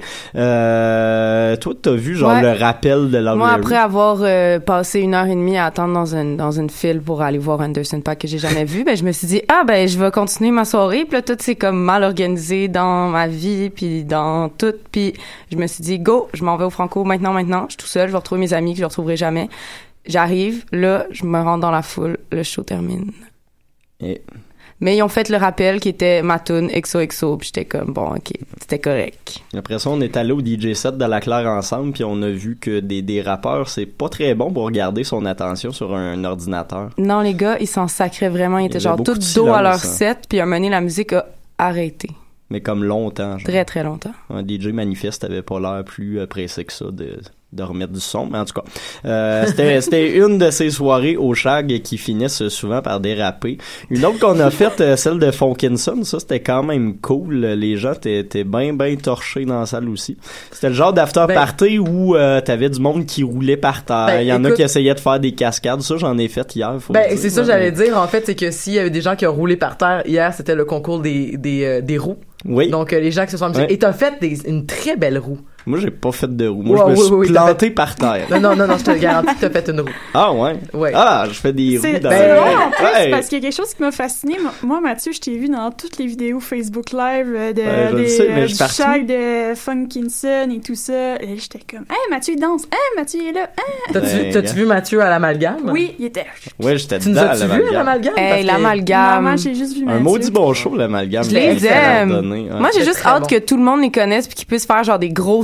Euh, toi, t'as vu genre Ouais. le rappel de Loud Moi, Larry? après avoir euh, passé une heure et demie à attendre dans une, dans une file pour aller voir Anderson .Paak que j'ai jamais vu, ben je me suis dit, ah ben je vais continuer ma soirée. Puis là, tout c'est comme mal organisé dans ma vie, puis dans tout. Puis je me suis dit, go, je m'en vais au Franco maintenant, maintenant. Je suis tout seul, je vais retrouver mes amis que je ne retrouverai jamais. J'arrive, là, je me rends dans la foule, le show termine. Et... Mais ils ont fait le rappel qui était ma tune X O X O, puis j'étais comme, bon, OK, c'était correct. Après ça, on est allé au D J set de la Claire ensemble, puis on a vu que des, des rappeurs, c'est pas très bon pour garder son attention sur un ordinateur. Non, les gars, ils s'en sacraient vraiment. Ils Il y étaient avait genre beaucoup tout de dos à silence, leur hein. set, puis à un moment donné, la musique a arrêté. Mais comme longtemps. Genre. Très, très longtemps. Un D J Manifeste avait pas l'air plus euh, pressé que ça de, de remettre du son, mais en tout cas. Euh, c'était, c'était une de ces soirées au Shag qui finissent souvent par déraper. Une autre qu'on a faite, euh, celle de Fonkinson, ça c'était quand même cool. Les gens étaient, étaient bien, bien torchés dans la salle aussi. C'était le genre d'after Ben- party où euh, t'avais du monde qui roulait par terre. Ben, Il y en a écoute- qui essayaient de faire des cascades. Ça, j'en ai fait hier. Faut Ben, le c'est dire, ça, là, j'allais mais- dire. En fait, c'est que s'il y avait des gens qui ont roulé par terre, hier, c'était le concours des, des, euh, des roues. Oui. Donc, euh, les gens qui se sont amusés. Ouais. Et t'as fait des, une très belle roue. Moi, j'ai pas fait de roue. Moi, Ouais, je me oui, suis oui, t'as planté par terre. Non, non, non, non, je te garantis que t'as fait une roue. Ah, ouais? Ouais. Ah, je fais des C'est roues dans c'est le- drôle en plus Ouais. parce qu'il y a quelque chose qui m'a fasciné. Moi, Mathieu, je t'ai vu dans toutes les vidéos Facebook Live euh, de, Ouais, je le des, sais, mais euh, je du suis partout. Shag de Funkinson et tout ça. Et j'étais comme, hey, Mathieu, il danse. Hey, Mathieu, il est là. Hey. T'as-tu, Ben, t'as-tu gars. vu Mathieu à l'amalgame? Oui, il était. Ouais, j'étais Tu nous dedans, as-tu vu à l'amalgame. l'amalgame? Hey, Parce que- l'amalgame. Non, moi, j'ai juste vu Un Mathieu. maudit bon show, l'amalgame. Je les Ça a aime. donné, ouais. Moi, j'ai C'est juste très hâte bon. que tout le monde les connaisse puis qu'ils puissent faire genre des gros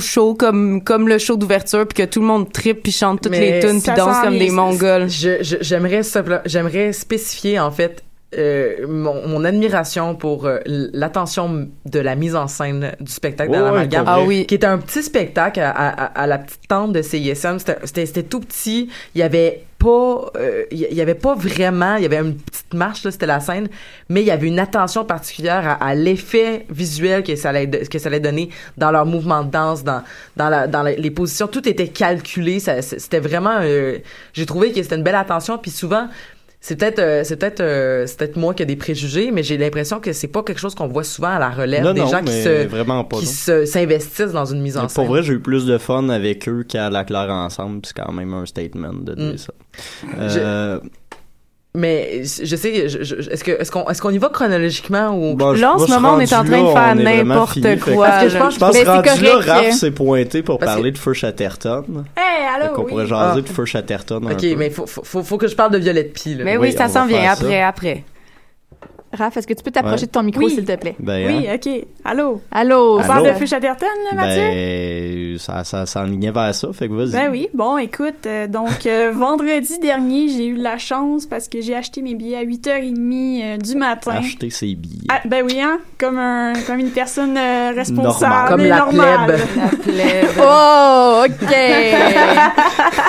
show comme comme le show d'ouverture puis que tout le monde trippe puis chante toutes Mais les tunes puis ça danse s'en comme vient. des Mongols. Je, je- j'aimerais simplement- j'aimerais spécifier en fait euh, mon, mon admiration pour euh, l'attention de la mise en scène du spectacle de Oh, l'Amalgame, ouais, ah oui. qui était un petit spectacle à, à, à la petite tente de C I S M. C'était, c'était, c'était tout petit. Il y avait pas, euh, il y avait pas vraiment. Il y avait une petite marche là, c'était la scène, mais il y avait une attention particulière à, à l'effet visuel que ça allait que ça allait donner dans leur mouvement de danse, dans dans, la, dans les positions. Tout était calculé. Ça, c'était vraiment. Euh, j'ai trouvé que c'était une belle attention. Puis souvent. C'est peut-être euh, c'est peut-être euh, c'est peut-être moi qui ai des préjugés, mais j'ai l'impression que c'est pas quelque chose qu'on voit souvent à la relève, Non, des non, gens qui mais se vraiment pas, qui non. se s'investissent dans une mise en Mais scène. pour vrai, j'ai eu plus de fun avec eux qu'à la Claire ensemble, c'est quand même un statement de dire Mm. ça. Euh, Mais je sais, je, je, est-ce que est-ce qu'on est-ce qu'on y va chronologiquement ou Bon, je- Là, en moi, ce je suis moment, on est en rendu train de là, faire on est vraiment n'importe fini, fait que- quoi, Parce que je là. pense- Je pense Mais que c'est rendu là, correct. Raph s'est pointé pour Parce parler de Feu Chatterton. Hey, allô, Fait qu'on oui. pourrait jaser Ah. de Feu Chatterton un Ok, peu. mais faut, faut, faut, faut que je parle de Violette Pie. Là. Mais oui, Oui, ça on s'en va vient faire après, ça. après. Raph, est-ce que tu peux t'approcher Ouais. de ton micro, Oui. s'il te plaît? Ben, Oui, hein? OK. Allô? Allô? On Allô? parle de Fish Chatterton, là, Mathieu? Ben, ça, ça s'enlignait vers ça, fait que vas-y. Ben oui. Bon, écoute, euh, donc, euh, vendredi dernier, j'ai eu la chance parce que j'ai acheté mes billets à huit heures trente euh, du matin. Acheter ses billets. Ah, ben oui, hein? Comme, un, comme une personne euh, responsable. Normale. Comme et la normale. plèbe. La plèbe. Oh, OK!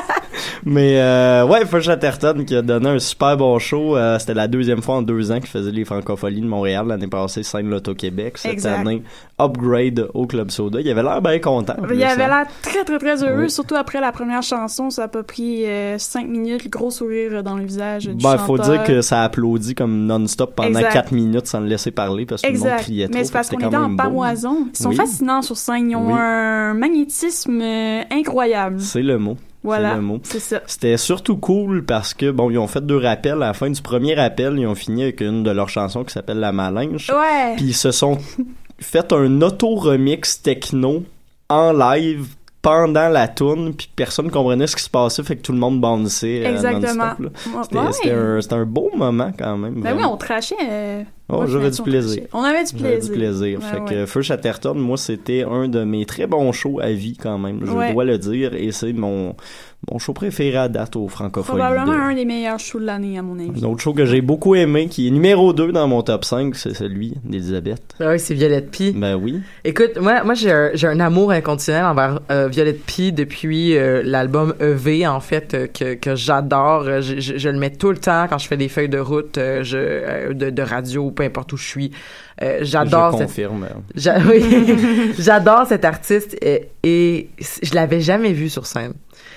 Mais euh, ouais, Feu Chatterton qui a donné un super bon show. Euh, c'était la deuxième fois en deux ans qu'il faisait les Francopholies de Montréal. L'année passée, scène l'Auto-Québec. Cette Exact. année, Upgrade au Club Soda. Il avait l'air bien content. Il plus, avait hein. l'air très, très, très heureux, Oui. surtout après la première chanson. Ça a pas pris euh, cinq minutes, le gros sourire dans le visage du Ben, faut chanteur. dire que ça applaudit comme non-stop pendant Exact. quatre minutes sans le laisser parler parce que tout le monde Exact. criait trop. Mais c'est parce fait qu'on que était c'était en quand même beau. pamoison. Ils sont Oui. fascinants sur scène. Ils ont Oui. un magnétisme euh, incroyable. C'est le mot. Voilà, C'est le mot. c'est ça. C'était surtout cool parce que, bon, ils ont fait deux rappels. À la fin du premier rappel, ils ont fini avec une de leurs chansons qui s'appelle La Malinche. Ouais. Puis ils se sont fait un auto-remix techno en live pendant la tourne, puis personne comprenait ce qui se passait, fait que tout le monde bounçait euh, Exactement. non-stop. là. Ouais. C'était, c'était, un, c'était un beau moment quand même. Ben oui, vraiment. on trachait. euh, Oh, moi, j'avais je du on plaisir. trachait. On avait du J'avais plaisir. du plaisir. Ouais, fait ouais. que Feu Chatterton, moi, c'était un de mes très bons shows à vie quand même. Je Ouais. dois le dire. Et c'est mon, mon show préféré à date au Francophone. Probablement un des meilleurs shows de l'année, à mon avis. Un autre show que j'ai beaucoup aimé, qui est numéro deux dans mon top cinq, c'est celui d'Elisabeth. Ben oui, c'est Violette Pie. Ben oui. Écoute, moi, moi j'ai, un, j'ai un amour inconditionnel envers euh, Violette Pie depuis euh, l'album E V, en fait, euh, que, que j'adore. Euh, Je, je, je le mets tout le temps quand je fais des feuilles de route, euh, je, euh, de, de radio, peu importe où je suis. Euh, j'adore Je cette- confirme. J'a- oui. J'adore cet artiste et, et je l'avais jamais vu sur scène.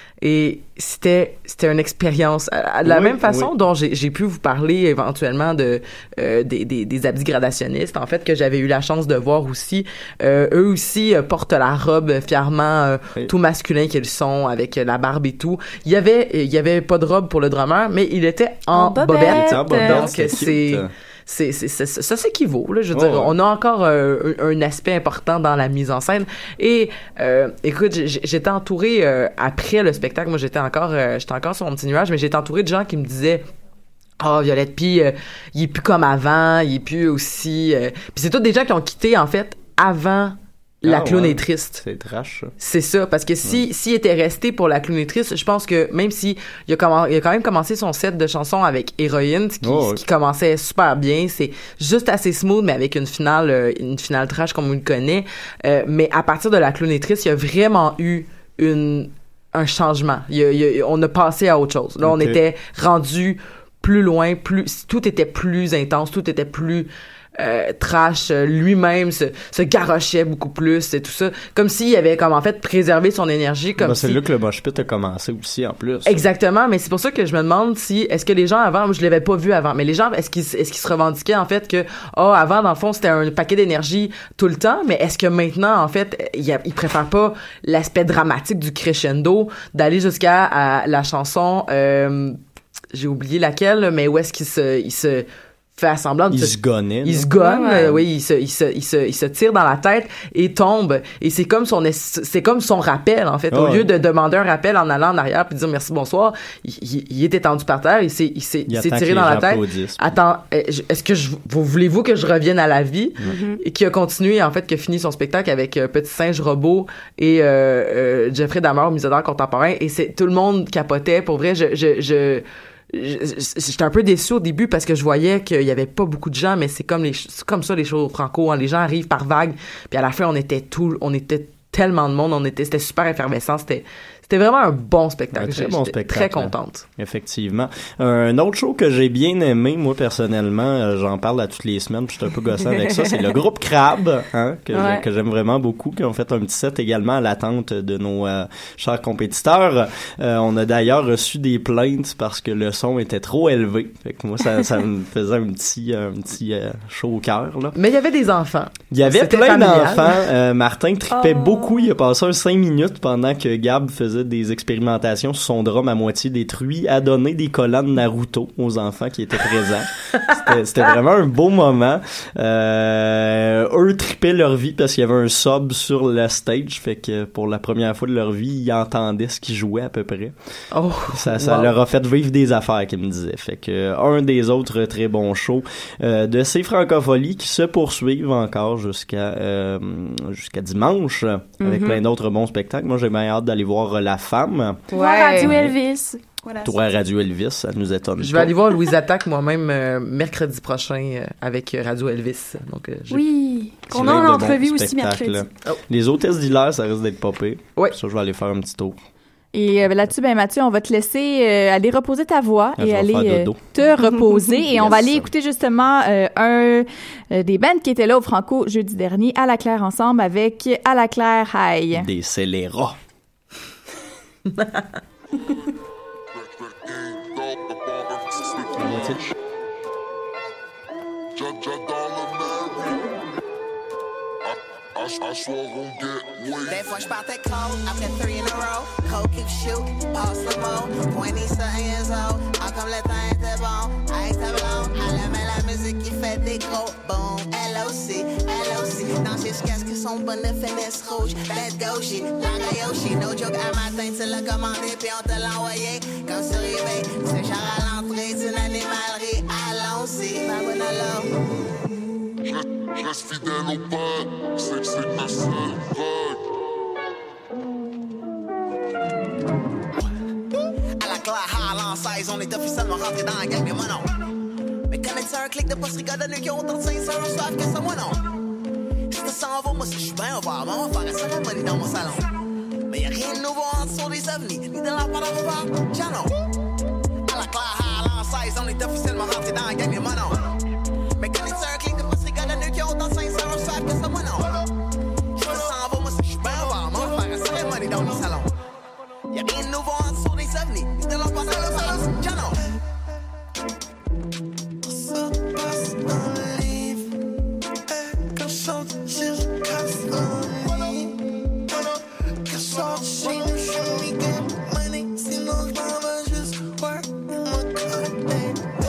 Et c'était c'était une expérience à- de la Oui, même façon oui. dont j'ai j'ai pu vous parler éventuellement de euh, des des des abdigradationnistes en fait que j'avais eu la chance de voir aussi. Euh, eux aussi euh, portent la robe fièrement euh, Oui. tout masculin qu'ils sont avec euh, la barbe et tout. Il y avait il y avait pas de robe pour le drummer mais il était en, En bobette. bobette. Il était en bobette, Donc c'était c'est cute. c'est, c'est, c'est- ça s'équivaut, là. Je veux Oh, dire, ouais. on a encore euh, un, un aspect important dans la mise en scène. Et, euh, écoute, j- j'étais entourée, euh, après le spectacle, moi, j'étais encore, euh, j'étais encore sur mon petit nuage, mais j'étais entourée de gens qui me disaient, oh, Violette Pie, euh, il est plus comme avant, il est plus aussi... euh. Puis c'est tous des gens qui ont quitté, en fait, avant La Ah, Clown ouais. est triste. C'est trash, ça. C'est ça, parce que si s'il était resté pour La Clown est triste, je pense que même si il a, commen- il a quand même commencé son set de chansons avec Héroïne, ce qui, Oh, ce ouais. qui commençait super bien, c'est juste assez smooth, mais avec une finale euh, une finale trash comme on le connaît. Euh, mais à partir de La Clown est triste, il y a vraiment eu une un changement. Il y a- il y a- on a passé à autre chose. Là, on Ok. était rendu plus loin, plus tout était plus intense, tout était plus euh, trash, euh, lui-même se, se garochait beaucoup plus et tout ça, comme s'il avait comme en fait préservé son énergie, comme Ben, c'est si... là que le mosh pit a commencé aussi, en plus. Exactement, mais c'est pour ça que je me demande si est-ce que les gens avant, moi je l'avais pas vu avant, mais les gens est-ce qu'ils est-ce qu'ils se revendiquaient en fait que oh avant dans le fond c'était un paquet d'énergie tout le temps, mais est-ce que maintenant en fait il y a- ils préfèrent pas l'aspect dramatique du crescendo d'aller jusqu'à à la chanson euh, j'ai oublié laquelle, mais où est-ce qu'il se il se fait semblant de il se, se gonnait. il là. se gonne, Ouais, ouais. euh, oui, il se, il se, il se, il se tire dans la tête et tombe. Et c'est comme son, es- c'est comme son rappel, en fait. Ah Au ouais. lieu de demander un rappel en allant en arrière puis de dire merci, bonsoir, il, il, il est étendu par terre, il s'est, il s'est, Il il s'est attend tiré que dans les la gens tête. applaudissent. Attends, euh, je- est-ce que je, vous, voulez-vous que je revienne à la vie? Mhm. Et qui a continué, en fait, qui a fini son spectacle avec euh, Petit Singe Robot et euh, euh, Jeffrey Dahmer, musicien contemporain. Et c'est, tout le monde capotait. Pour vrai, je, je, je, j'étais un peu déçue au début parce que je voyais qu'il y avait pas beaucoup de gens, mais c'est comme les, c'est comme ça les shows au Franco, hein. Les gens arrivent par vagues, puis à la fin on était tout, on était tellement de monde, on était, c'était super effervescent, c'était, c'était vraiment un bon spectacle. Un très J'étais bon spectacle. très contente. Effectivement. Un autre show que j'ai bien aimé, moi, personnellement, euh, j'en parle à toutes les semaines, puis je suis un peu gossant avec ça, c'est le groupe Crab, hein, que, Ouais. j'ai- que j'aime vraiment beaucoup, qui ont fait un petit set également à l'attente de nos euh, chers compétiteurs. Euh, on a d'ailleurs reçu des plaintes parce que le son était trop élevé. Fait que moi, ça, ça me faisait un petit, un petit euh, chaud au cœur, là. Mais il y avait des enfants. Il y avait C'était plein familial. d'enfants. Euh, Martin tripait Oh. beaucoup. Il a passé un cinq minutes pendant que Gab faisait des expérimentations sur son drum à moitié détruit, à donner des collants de Naruto aux enfants qui étaient présents. C'était, c'était vraiment un beau moment. Euh, eux tripaient leur vie parce qu'il y avait un sub sur la stage. Fait que pour la première fois de leur vie, ils entendaient ce qu'ils jouaient à peu près. Oh, ça ça wow. leur a fait vivre des affaires, qu'ils me disaient. Fait que un des autres très bons shows euh, de ces francopholies qui se poursuivent encore jusqu'à euh, jusqu'à dimanche avec Mhm. plein d'autres bons spectacles. Moi, j'ai bien hâte d'aller voir euh, La Femme. Voir Radio Elvis. Voilà. Toi, Radio Elvis, ça nous étonne. Je pas. vais aller voir Louise Attaque moi-même euh, mercredi prochain euh, avec Radio Elvis. Donc, euh, j'ai- Oui, C'est qu'on a plein en de bons entrevue aussi spectacles. mercredi. Oh. Les hôtesses d'hilaire, ça risque d'être popé. Oui. Ça, je vais aller faire un petit tour. Et euh, là-dessus, ben Mathieu, on va te laisser euh, aller reposer ta voix Ah, je et vais aller faire euh, dodo. te reposer. Et on va Yes. aller écouter justement euh, un euh, des bands qui étaient là au Franco jeudi dernier, À la Claire ensemble, avec À la Claire High. Des scélérats. Des fois, je partais cold, après three in a row. Cold keep shoot, passe le mot. twenty-something years old, ah, comme le temps était bon. Avec ta blonde, elle aimait la musique qui fait des gros boom. Elle aussi, elle aussi, danse jusqu'à ce que son bonnet finisse rouge. Let's go, shit, la Yoshi. No joke, un matin, tu l'as commandé, puis on te l'a envoyé. Comme sur eBay, c'est genre à l'entrée d'une animalerie. Allons-y, ma bonne allo. Je reste fidèle au père, c'est que c'est ma seule vague. À la claire, high, l'ensaise, on est officiellement rentré dans la gang de monon. Mais connais-tu un clic de post rigodonneux qui ont autant de sincères, on savent que c'est moi non. Si tu s'en vas, moi si je suis bien, on va maman faire un cérémonie dans mon salon. Mais y'a rien de nouveau en dessous des ovnis, ni de la part à revoir, Jano. À la claire, high, l'ensaise, on est officiellement rentré dans la gang de monon. Mais connais-tu un clic de post rigodonneux qui ont autant de sincères, on savent que c'est moi non. Si tu s'en vas, moi si je suis bien, on va maman faire un cérémonie dans mon salon. Y'a rien de nouveau en dessous des ovnis, ni de la part à revoir, Jano. Ça passe dans le livre. Eh, quand je sors du tir, je casse un lit. Quand je sors du chez nous, je suis game money. Sinon, je m'en vais juste work mon côté.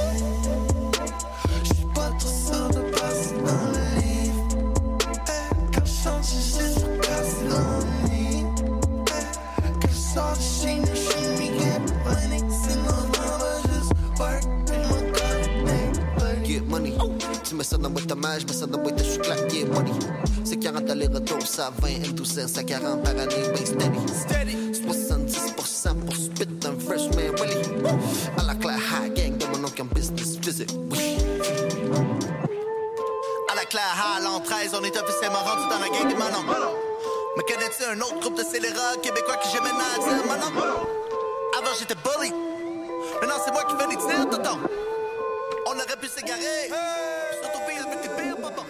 Je suis pas trop sûr de passer dans le livre. Eh, quand je sors du tir, je casse un lit. Eh, quand je sors du chez nous, je suis game money. Sinon, je m'en vais juste work mon côté. Get money. Tu me sonnes avec ta main, je me sonne avec ta choucla, get money. C'est quarante allers-retours, ça vingt, M douze cent quarante par année, ben steady. soixante-dix pour cent pour spit un freshman Willy. À la claire, high gang de mon oncle en business visit, oui. À la claire, high, l'an treize, on est officiellement rendu dans la gang de Manon. Mais connais-tu un autre groupe de scélérats québécois que j'aimais à dire Manon? Avant j'étais bully, maintenant c'est moi qui fais des tirs, tonton. On aurait pu s'égarer. Surtout pire, mais t'es pire, papa.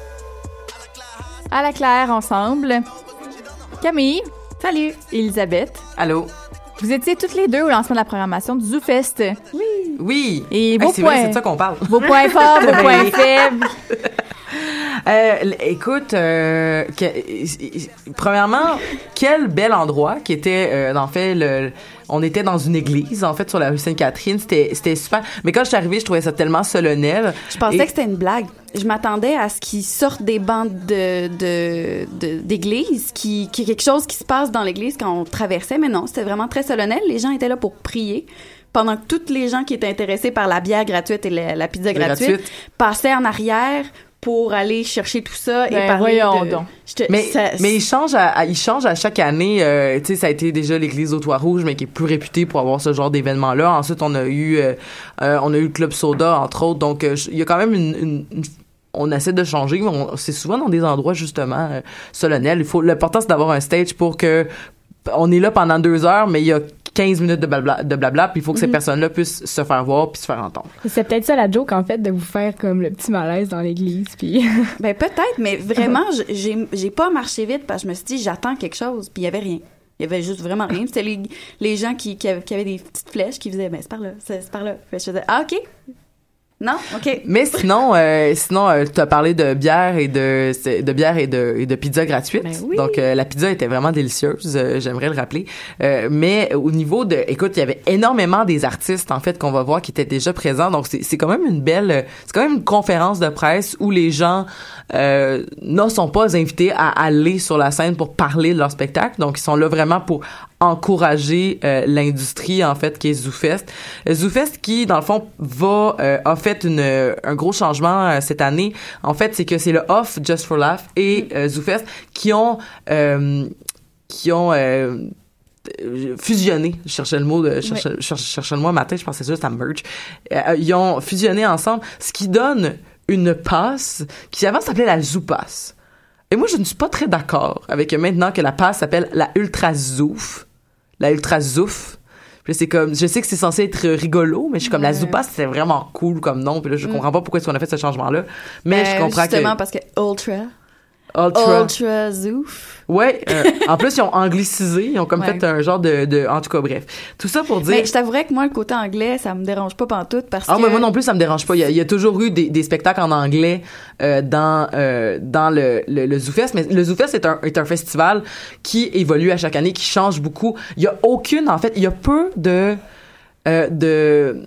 À la Claire ensemble. Camille. Salut. Elisabeth. Allô. Vous étiez toutes les deux au lancement de la programmation du ZooFest. Oui. Oui. Et Hey, vos c'est points. vrai, c'est de ça qu'on parle. Vos points forts, vos Ben points oui. faibles. Euh, l- écoute, euh, que- premièrement, quel bel endroit qui était, euh, en fait, le, on était dans une église, en fait, sur la rue Sainte-Catherine. C'était, c'était super. Mais quand je suis arrivée, je trouvais ça tellement solennel. Je pensais Et- que c'était une blague. Je m'attendais à ce qu'ils sortent des bancs de, de, de- d'église, qui, qu'il y ait quelque chose qui se passe dans l'église quand on traversait, mais non, c'était vraiment très solennel. Les gens étaient là pour prier. Pendant que tous les gens qui étaient intéressés par la bière gratuite et la, la pizza gratuite, Gratuite. passaient en arrière pour aller chercher tout ça et Ben, parler voyons de... donc. Je te- Mais, ça- mais il change à, à- il change à chaque année. Euh, tu sais, ça a été déjà l'église au Toit-Rouge, mais qui est plus réputée pour avoir ce genre d'événement-là. Ensuite, on a eu, euh, euh, on a eu le Club Soda, entre autres. Donc, euh, il y a quand même une, une, une- on essaie de changer, mais on- c'est souvent dans des endroits justement euh, solennels. Il faut, l'important c'est d'avoir un stage pour que on est là pendant deux heures, mais il y a quinze minutes de blabla, de blabla, puis il faut que ces Mhm. personnes-là puissent se faire voir puis se faire entendre. C'est peut-être ça la joke, en fait, de vous faire comme le petit malaise dans l'église, puis... Ben peut-être, mais vraiment, j- j'ai j'ai pas marché vite parce que je me suis dit, j'attends quelque chose, puis il y avait rien. Il y avait juste vraiment rien. C'était les, les gens qui, qui, avaient, qui avaient des petites flèches qui faisaient, ben c'est par là, c'est c'est par là. Fait que je faisais, ah ok. Non, ok. Mais sinon, euh, sinon, euh, tu as parlé de bière et de c'est- de bière et de, et de pizza gratuite. Ben oui. Donc euh, la pizza était vraiment délicieuse. euh, J'aimerais le rappeler. Euh, mais au niveau de, écoute, il y avait énormément des artistes en fait qu'on va voir qui étaient déjà présents. Donc c'est c'est quand même une belle, c'est quand même une conférence de presse où les gens euh, ne sont pas invités à aller sur la scène pour parler de leur spectacle. Donc ils sont là vraiment pour encourager euh, l'industrie en fait qui est ZooFest. Euh, ZooFest qui dans le fond va euh, a fait une un gros changement euh, cette année. En fait, c'est que c'est le Off Just for Laugh et euh, ZooFest qui ont euh, qui ont euh, fusionné, je cherchais le mot de, je cherchais, je cherchais, je cherchais le mot matin, je pensais juste à merge. Euh, ils ont fusionné ensemble, ce qui donne une passe qui avant s'appelait la Zoo Pass. Et moi, je ne suis pas très d'accord avec maintenant que la passe s'appelle la Ultra Zoof. La Ultra Zouf. Puis là, c'est comme, je sais que c'est censé être rigolo, mais je suis comme, la Ouais. Zoopass, c'était vraiment cool comme nom. Puis là, je Mm. comprends pas pourquoi est-ce qu'on a fait ce changement-là. Mais Ben, je comprends justement que... parce que Ultra. Ultra. Ultra Zoof. Ouais. euh, en plus, ils ont anglicisé. Ils ont comme Ouais. fait un genre de, de... En tout cas, bref. Tout ça pour dire... Mais je t'avouerais que moi, le côté anglais, ça me dérange pas pantoute parce Ah, que... mais moi non plus, ça me dérange pas. Il y a, il y a toujours eu des, des spectacles en anglais euh, dans euh, dans le, le, le ZooFest. Mais le ZooFest est un, est un festival qui évolue à chaque année, qui change beaucoup. Il y a aucune, en fait, il y a peu de... Euh, de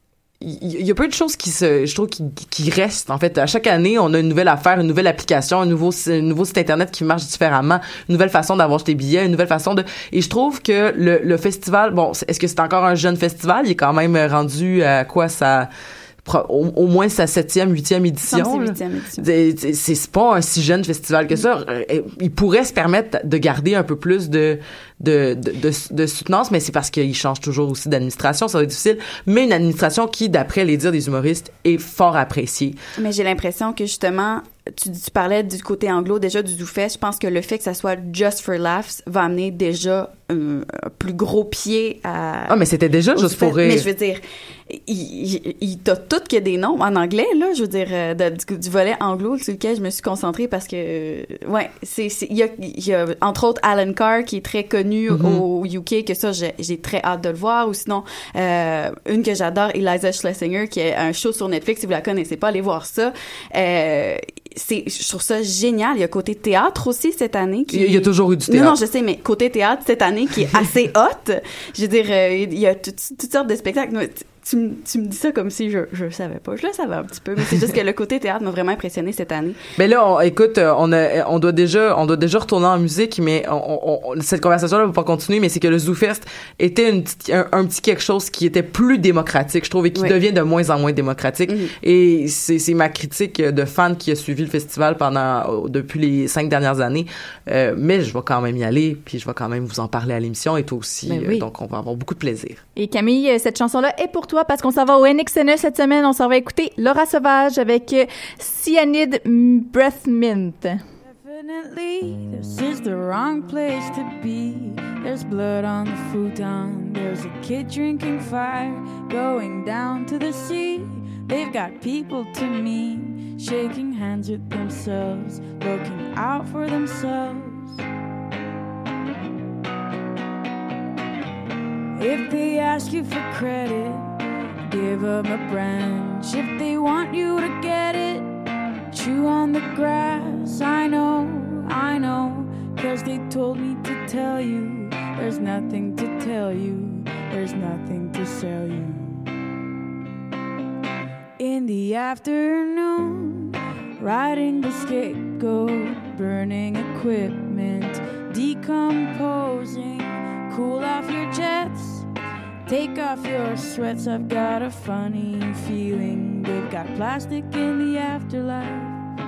il y a peu de choses qui se je trouve qui, qui restent en fait à chaque année on a une nouvelle affaire une nouvelle application un nouveau un nouveau site internet qui marche différemment une nouvelle façon d'avoir tes billets une nouvelle façon de et je trouve que le, le festival bon est-ce que c'est encore un jeune festival il est quand même rendu à quoi ça au, au moins sa septième, huitième édition. Il me semble que là. c'est huitième édition. C'est, c'est, c'est pas un si jeune festival que ça. Euh, Il pourrait se permettre de garder un peu plus de, de, de, de, de soutenance, mais c'est parce qu'il change toujours aussi d'administration. Ça va être difficile. Mais une administration qui, d'après les dires des humoristes, est fort appréciée. Mais j'ai l'impression que justement, tu, tu parlais du côté anglo déjà du ZooFest. Je pense que le fait que ça soit Just for Laughs va amener déjà un, un plus gros pied à... Ah, mais c'était déjà au Juste pour ZooFest. rire. Mais je veux dire, il, il, il t'a tout qu'il y a des noms en anglais, là. Je veux dire, euh, de- du, du volet anglo sur lequel je me suis concentrée parce que, euh, ouais, c'est, c'est, il y a, il y a entre autres Alan Carr qui est très connu Mm-hmm. au U K, que ça, j'ai, j'ai très hâte de le voir. Ou sinon, euh, une que j'adore, Eliza Schlesinger, qui a un show sur Netflix. Si vous la connaissez pas, allez voir ça. Euh, c'est, je trouve ça génial. Il y a côté théâtre aussi cette année. Qui... Il y a toujours eu du Non, théâtre. non, je sais, mais côté théâtre cette année qui est assez hot. Je veux dire, euh, il y a toutes, toutes sortes de spectacles. Moi, tu- Tu, me- tu me dis ça comme si je je savais pas. Je le savais un petit peu, mais c'est juste que le côté théâtre m'a vraiment impressionné cette année. Mais là, on, écoute, euh, on a, on doit déjà, on doit déjà retourner en musique, mais on, on, on- cette conversation-là va pas continuer. Mais c'est que le ZooFest était une petite- un, un petit quelque chose qui était plus démocratique, je trouve, et qui Oui. devient de moins en moins démocratique. Mhm. Et c'est, c'est ma critique de fan qui a suivi le festival pendant euh, depuis les cinq dernières années. Euh, mais je vais quand même y aller, puis je vais quand même vous en parler à l'émission et toi aussi. Ben euh, oui. donc on va avoir beaucoup de plaisir. Et Camille, euh, cette chanson-là est pour toi parce qu'on s'en va au N X N E cette semaine. On s'en va écouter Laura Sauvage avec euh, Cyanide mm, Breath Mint. Definitely, this is the wrong place to be. There's blood on the futon. There's a kid drinking fire, going down to the sea. They've got people to meet, shaking hands with themselves, looking out for themselves. If they ask you for credit, give them a branch. If they want you to get it, chew on the grass. I know, I know, 'cause they told me to tell you. There's nothing to tell you, there's nothing to sell you. In the afternoon, riding the scapegoat, burning equipment, decomposing, cool off your jets, take off your sweats. I've got a funny feeling they've got plastic in the afterlife.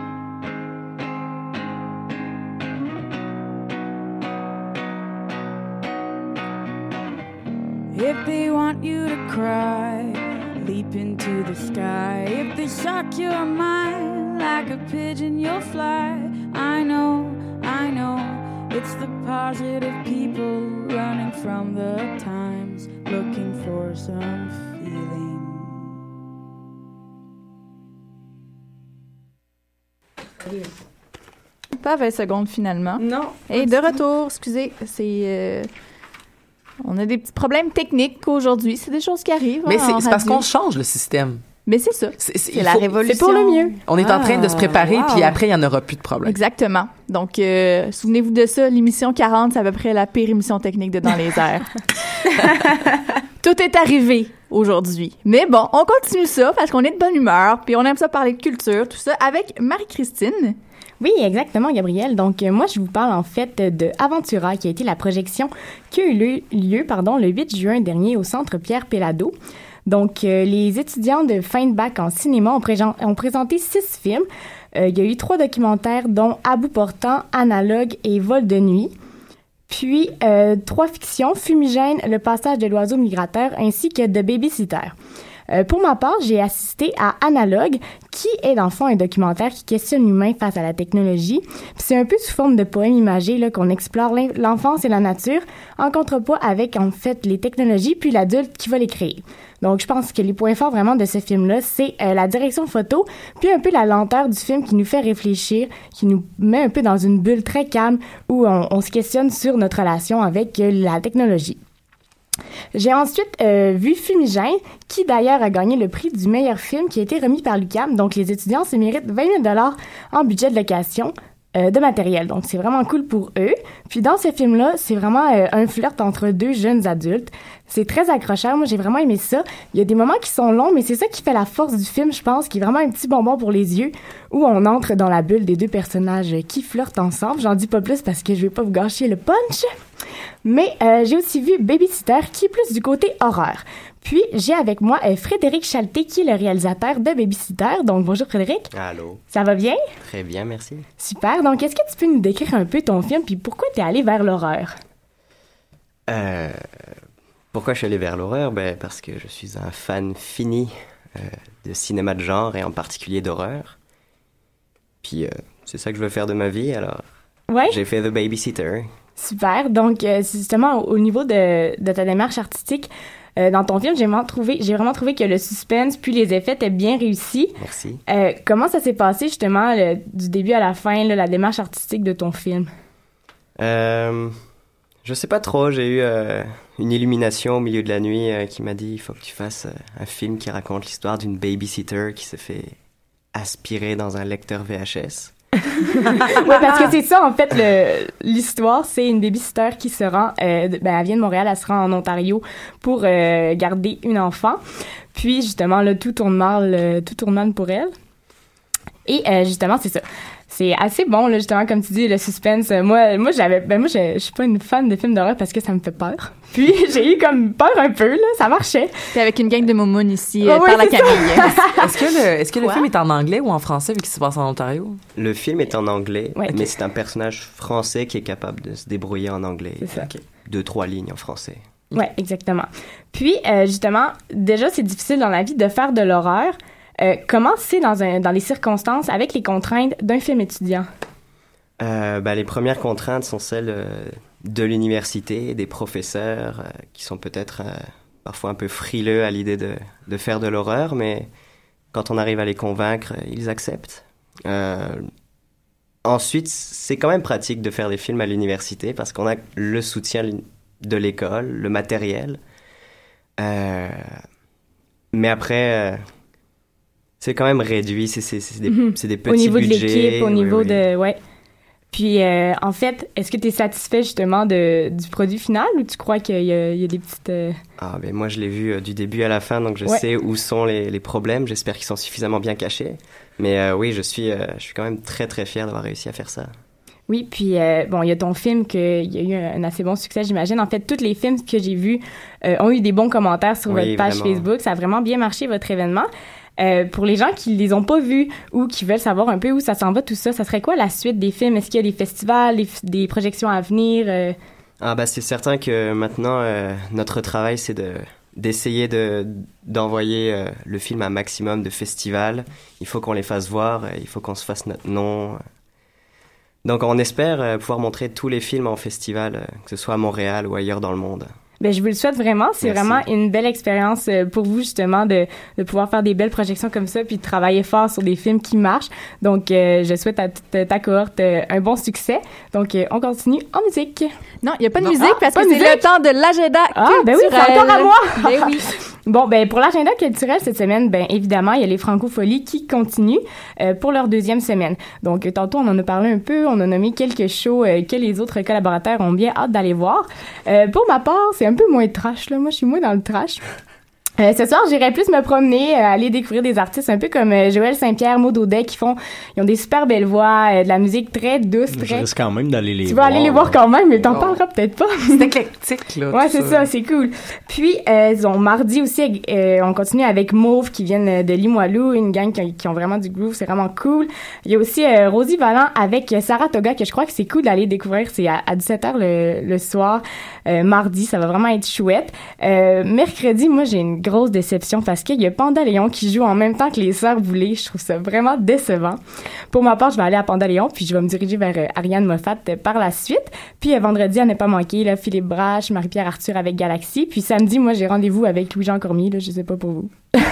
If they want you to cry, leap into the sky. If they suck your mind like a pigeon, you'll fly. I know, I know, it's the positive people running from the times, looking for some feeling. Pas vingt secondes finalement. Non. Et de retour, excusez, c'est... euh, on a des petits problèmes techniques aujourd'hui. C'est des choses qui arrivent. Mais hein, c'est, en c'est parce radio. qu'on change le système. Mais c'est ça. C'est, c'est, C'est il la faut- révolution. C'est pour le mieux. On est en train de se préparer, Ah, wow. puis après, il n'y en aura plus de problème. Exactement. Donc, euh, souvenez-vous de ça. L'émission quarante, c'est à peu près la pire émission technique de Dans les airs. Tout est arrivé aujourd'hui. Mais bon, on continue ça parce qu'on est de bonne humeur, puis on aime ça parler de culture, tout ça, avec Marie-Christine. Oui, exactement, Gabrielle. Donc, euh, moi, je vous parle en fait de Aventura, qui a été la projection qui a eu lieu, lieu pardon, le huit juin dernier au Centre Pierre Péladeau. Donc, euh, les étudiants de fin de bac en cinéma ont, prégen- ont présenté six films. Euh, il y a eu trois documentaires, dont À bout portant, Analogue et Vol de nuit. Puis, euh, trois fictions, Fumigène, Le passage de l'oiseau migrateur, ainsi que The Babysitter. Euh, pour ma part, j'ai assisté à Analogue, qui est dans le fond un documentaire qui questionne l'humain face à la technologie. Puis c'est un peu sous forme de poème imagé là, qu'on explore l'in- l'enfance et la nature en contrepoids avec en fait les technologies puis l'adulte qui va les créer. Donc je pense que les points forts vraiment de ce film-là, c'est euh, la direction photo, puis un peu la lenteur du film qui nous fait réfléchir, qui nous met un peu dans une bulle très calme où on, on se questionne sur notre relation avec euh, la technologie. J'ai ensuite euh, vu Fumigène, qui d'ailleurs a gagné le prix du meilleur film qui a été remis par l'U Q A M. Donc, les étudiants se méritent vingt mille dollars en budget de location euh, de matériel. Donc, c'est vraiment cool pour eux. Puis, dans ce film-là, c'est vraiment euh, un flirt entre deux jeunes adultes. C'est très accrocheur. Moi, j'ai vraiment aimé ça. Il y a des moments qui sont longs, mais c'est ça qui fait la force du film, je pense, qui est vraiment un petit bonbon pour les yeux, où on entre dans la bulle des deux personnages qui flirtent ensemble. J'en dis pas plus parce que je vais pas vous gâcher le punch. Mais euh, j'ai aussi vu Babysitter, qui est plus du côté horreur. Puis, j'ai avec moi euh, Frédéric Chalté, qui est le réalisateur de Babysitter. Donc, bonjour Frédéric. Allô. Ça va bien? Très bien, merci. Super. Donc, est-ce que tu peux nous décrire un peu ton film, puis pourquoi t'es allé vers l'horreur? Euh, pourquoi je suis allé vers l'horreur? Ben, parce que je suis un fan fini euh, de cinéma de genre et en particulier d'horreur. Puis, euh, c'est ça que je veux faire de ma vie, alors Ouais. j'ai fait The Babysitter. Super. Donc, euh, c'est justement, au, au niveau de, de ta démarche artistique, euh, dans ton film, j'ai vraiment trouvé, j'ai vraiment trouvé que le suspense puis les effets étaient bien réussis. Merci. Euh, comment ça s'est passé, justement, le- du début à la fin, là, la démarche artistique de ton film? Euh, je sais pas trop, j'ai eu euh, une illumination au milieu de la nuit euh, qui m'a dit il faut que tu fasses euh, un film qui raconte l'histoire d'une babysitter qui se fait aspirer dans un lecteur V H S. Oui, parce que c'est ça, en fait, le, l'histoire, c'est une babysitter qui se rend, euh, de- ben, elle vient de Montréal, elle se rend en Ontario pour euh, garder une enfant. Puis, justement, là, tout tourne mal, euh, tout tourne mal pour elle. Et, euh, justement, c'est ça. C'est assez bon, là, justement, comme tu dis, le suspense. Euh, Moi, moi, j'avais, ben, moi, je, je suis pas une fan de films d'horreur parce que ça me fait peur. Puis, j'ai eu comme peur un peu, là, ça marchait. Puis avec une gang de moumounes ici, Ouais, euh, ouais, par la c'est ça. Camille. Est-ce que le, est-ce que le Quoi? film est en anglais ou en français vu qu'il se passe en Ontario? Le film est en anglais, Ouais, ok. mais c'est un personnage français qui est capable de se débrouiller en anglais. C'est ça. Avec deux, trois lignes en français. Ouais, exactement. Puis, euh, justement, déjà, c'est difficile dans la vie de faire de l'horreur. Euh, comment c'est dans, un, dans les circonstances, avec les contraintes d'un film étudiant? Euh, ben, les premières contraintes sont celles euh, de l'université, des professeurs euh, qui sont peut-être euh, parfois un peu frileux à l'idée de, de faire de l'horreur, mais quand on arrive à les convaincre, euh, ils acceptent. Euh, ensuite, c'est quand même pratique de faire des films à l'université parce qu'on a le soutien de l'école, le matériel. Euh, mais après, euh, c'est quand même réduit. C'est, c'est, c'est, des, Mhm. c'est des petits Au niveau budgets. de l'équipe, au oui, niveau oui. de... Ouais. Puis, euh, en fait, est-ce que tu es satisfait justement de, du produit final ou tu crois qu'il y a, il y a des petites... euh, Ah, ben moi, je l'ai vu euh, du début à la fin, donc je Ouais. sais où sont les, les problèmes. J'espère qu'ils sont suffisamment bien cachés. Mais euh, oui, je suis, euh, je suis quand même très, très fier d'avoir réussi à faire ça. Oui, puis euh, bon, il y a ton film qu'il y a eu un, un assez bon succès, j'imagine. En fait, tous les films que j'ai vus euh, ont eu des bons commentaires sur Oui, votre page vraiment. Facebook. Ça a vraiment bien marché, votre événement. Euh, pour les gens qui les ont pas vus ou qui veulent savoir un peu où ça s'en va, tout ça, ça serait quoi la suite des films? Est-ce qu'il y a des festivals, des, f- des projections à venir? euh? Ah, bah, c'est certain que maintenant, euh, notre travail, c'est de, d'essayer de, d'envoyer euh, le film à un maximum de festivals. Il faut qu'on les fasse voir, euh, il faut qu'on se fasse notre nom. Donc, on espère euh, pouvoir montrer tous les films en festival, euh, que ce soit à Montréal ou ailleurs dans le monde. Ben, je vous le souhaite vraiment. C'est Merci. vraiment une belle expérience euh, pour vous, justement, de, de pouvoir faire des belles projections comme ça puis de travailler fort sur des films qui marchent. Donc, euh, je souhaite à toute ta cohorte euh, un bon succès. Donc, euh, on continue en musique. Non, il n'y a pas de Non. musique Ah, parce pas que de c'est musique? le temps de l'agenda Ah, ben oui, c'est culturel. encore à moi! Ben oui. Bon, ben pour l'agenda culturel cette semaine, ben évidemment, il y a les Francopholies qui continuent euh, pour leur deuxième semaine. Donc, euh, tantôt, on en a parlé un peu, on a nommé quelques shows euh, que les autres collaborateurs ont bien hâte d'aller voir. Euh, pour ma part, c'est un peu moins trash, là. Moi, je suis moins dans le trash. Euh, ce soir, j'irai plus me promener, euh, aller découvrir des artistes un peu comme euh, Joël Saint-Pierre, Maud Audet, qui font, ils ont des super belles voix, euh, de la musique très douce, Je très... risque quand même d'aller les Tu voir. vas aller les voir quand même, mais t'en Oh. parleras peut-être pas. C'est éclectique, là. Ouais, tout c'est ça, c'est cool. Puis, euh, ils ont mardi aussi, euh, on continue avec Mauve qui viennent de Limoilou, une gang qui, qui ont vraiment du groove, c'est vraiment cool. Il y a aussi euh, Rosie Vallant avec Saratoga, que je crois que c'est cool d'aller découvrir. C'est à, à dix-sept heures le, le soir, euh, mardi, ça va vraiment être chouette. Euh, mercredi, moi, j'ai une grosse déception parce qu'il y a Panda Léon qui joue en même temps que les Sœurs Boulay. Je trouve ça vraiment décevant. Pour ma part, je vais aller à Panda Léon, puis je vais me diriger vers euh, Ariane Moffat euh, par la suite. Puis euh, vendredi, à ne pas manquer, là, Philippe Brache, Marie-Pierre Arthur avec Galaxy. Puis samedi, moi, j'ai rendez-vous avec Louis-Jean Cormier, là, je sais pas pour vous.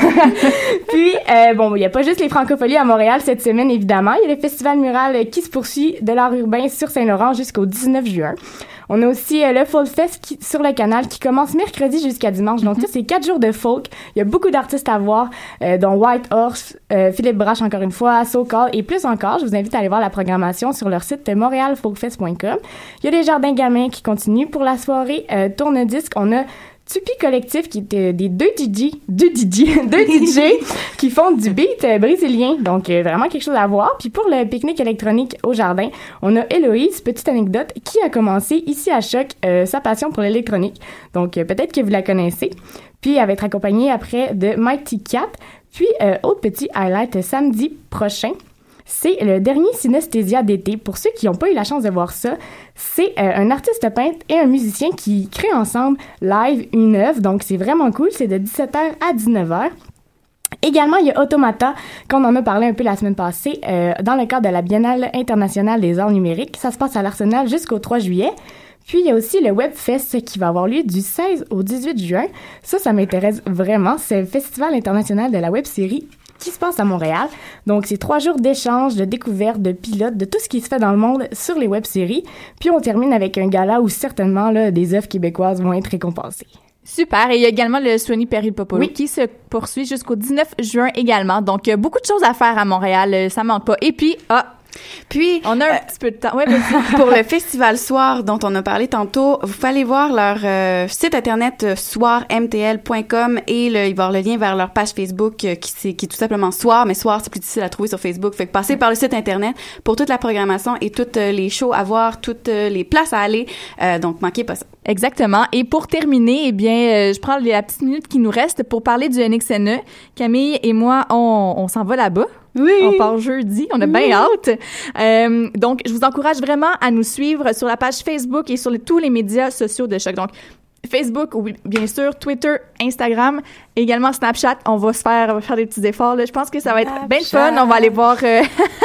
Puis, euh, bon, il n'y a pas juste les Francopholies à Montréal cette semaine, évidemment. Il y a le Festival Mural euh, qui se poursuit de l'art urbain sur Saint-Laurent jusqu'au dix-neuf juin. On a aussi euh, le Folk Fest qui, sur le canal qui commence mercredi jusqu'à dimanche. Donc, ça, c'est quatre jours de folk. Il y a beaucoup d'artistes à voir, euh, dont White Horse, euh, Philippe Brache, encore une fois, So Call et plus encore. Je vous invite à aller voir la programmation sur leur site montréal folk fest point com. Il y a les Jardins Gamins qui continuent pour la soirée euh, tourne-disque. On a Tupi Collectif, qui est euh, des deux D J, deux D J, deux D J qui font du beat euh, brésilien. Donc, euh, vraiment quelque chose à voir. Puis pour le pique-nique électronique au jardin, on a Héloïse, petite anecdote, qui a commencé ici à Choc euh, sa passion pour l'électronique. Donc, euh, peut-être que vous la connaissez. Puis, elle va être accompagnée après de Mighty Cat. Puis, euh, autre petit highlight, samedi prochain, c'est le dernier Synesthésia d'été. Pour ceux qui n'ont pas eu la chance de voir ça, c'est euh, un artiste peintre et un musicien qui créent ensemble live une œuvre. Donc, c'est vraiment cool. C'est de dix-sept heures à dix-neuf heures. Également, il y a Automata, qu'on en a parlé un peu la semaine passée, euh, dans le cadre de la Biennale internationale des arts numériques. Ça se passe à l'Arsenal jusqu'au trois juillet. Puis, il y a aussi le Webfest qui va avoir lieu du seize au dix-huit juin. Ça, ça m'intéresse vraiment. C'est le Festival international de la web-série qui se passe à Montréal. Donc, c'est trois jours d'échanges, de découvertes, de pilotes, de tout ce qui se fait dans le monde sur les web-séries. Puis, on termine avec un gala où certainement là, des œuvres québécoises vont être récompensées. Super. Et il y a également le Sony Perry Popolo oui. qui se poursuit jusqu'au dix-neuf juin également. Donc, euh, beaucoup de choses à faire à Montréal. Euh, ça manque pas. Et puis, ah, Puis, on a un euh, petit peu de temps. Ouais, pour le Festival Soir dont on a parlé tantôt, vous pouvez aller voir leur euh, site internet euh, soir m t l point com et le, il va y avoir le lien vers leur page Facebook euh, qui, c'est, qui est tout simplement Soir, mais Soir, c'est plus difficile à trouver sur Facebook. Fait que passez par le site internet pour toute la programmation et toutes euh, les shows à voir, toutes euh, les places à aller. Euh, donc, manquez pas ça. Exactement. Et pour terminer, eh bien, euh, je prends la petite minute qui nous reste pour parler du N X N E. Camille et moi, on, on s'en va là-bas. Oui. On part jeudi. On a bien oui. hâte. Euh, donc, je vous encourage vraiment à nous suivre sur la page Facebook et sur les, tous les médias sociaux de Choc. Donc, Facebook, oui, bien sûr, Twitter, Instagram, également Snapchat. On va se faire, on va faire des petits efforts, là. Je pense que ça va être bien fun. On va aller voir euh,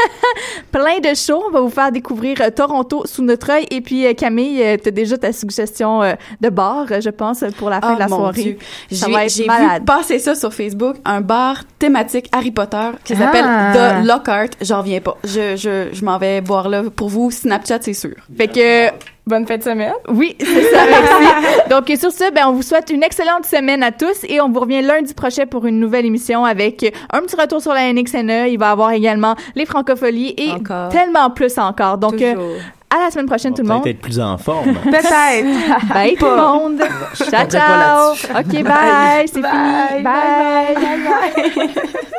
plein de shows. On va vous faire découvrir euh, Toronto sous notre œil. Et puis, euh, Camille, euh, t'as déjà ta suggestion euh, de bar, euh, je pense, pour la fin oh, de la mon soirée. Dieu. Ça j'ai va être j'ai malade. vu passer ça sur Facebook, un bar thématique Harry Potter qui s'appelle Ah. The Lockhart. J'en reviens pas. Je, je, je m'en vais boire là pour vous. Snapchat, c'est sûr. Fait que Bonne fête de semaine. Oui, c'est ça, merci. Donc, sur ce, ben, on vous souhaite une excellente semaine à tous et on vous revient lundi prochain pour une nouvelle émission avec un petit retour sur la N X N E. Il va y avoir également les francopholies et encore. Tellement plus encore. Donc, euh, à la semaine prochaine, tout le monde. Peut-être être plus en forme. Peut-être. Bye, tout le monde. Ciao, ciao. OK, bye. C'est fini. Bye. Bye, bye, bye. bye.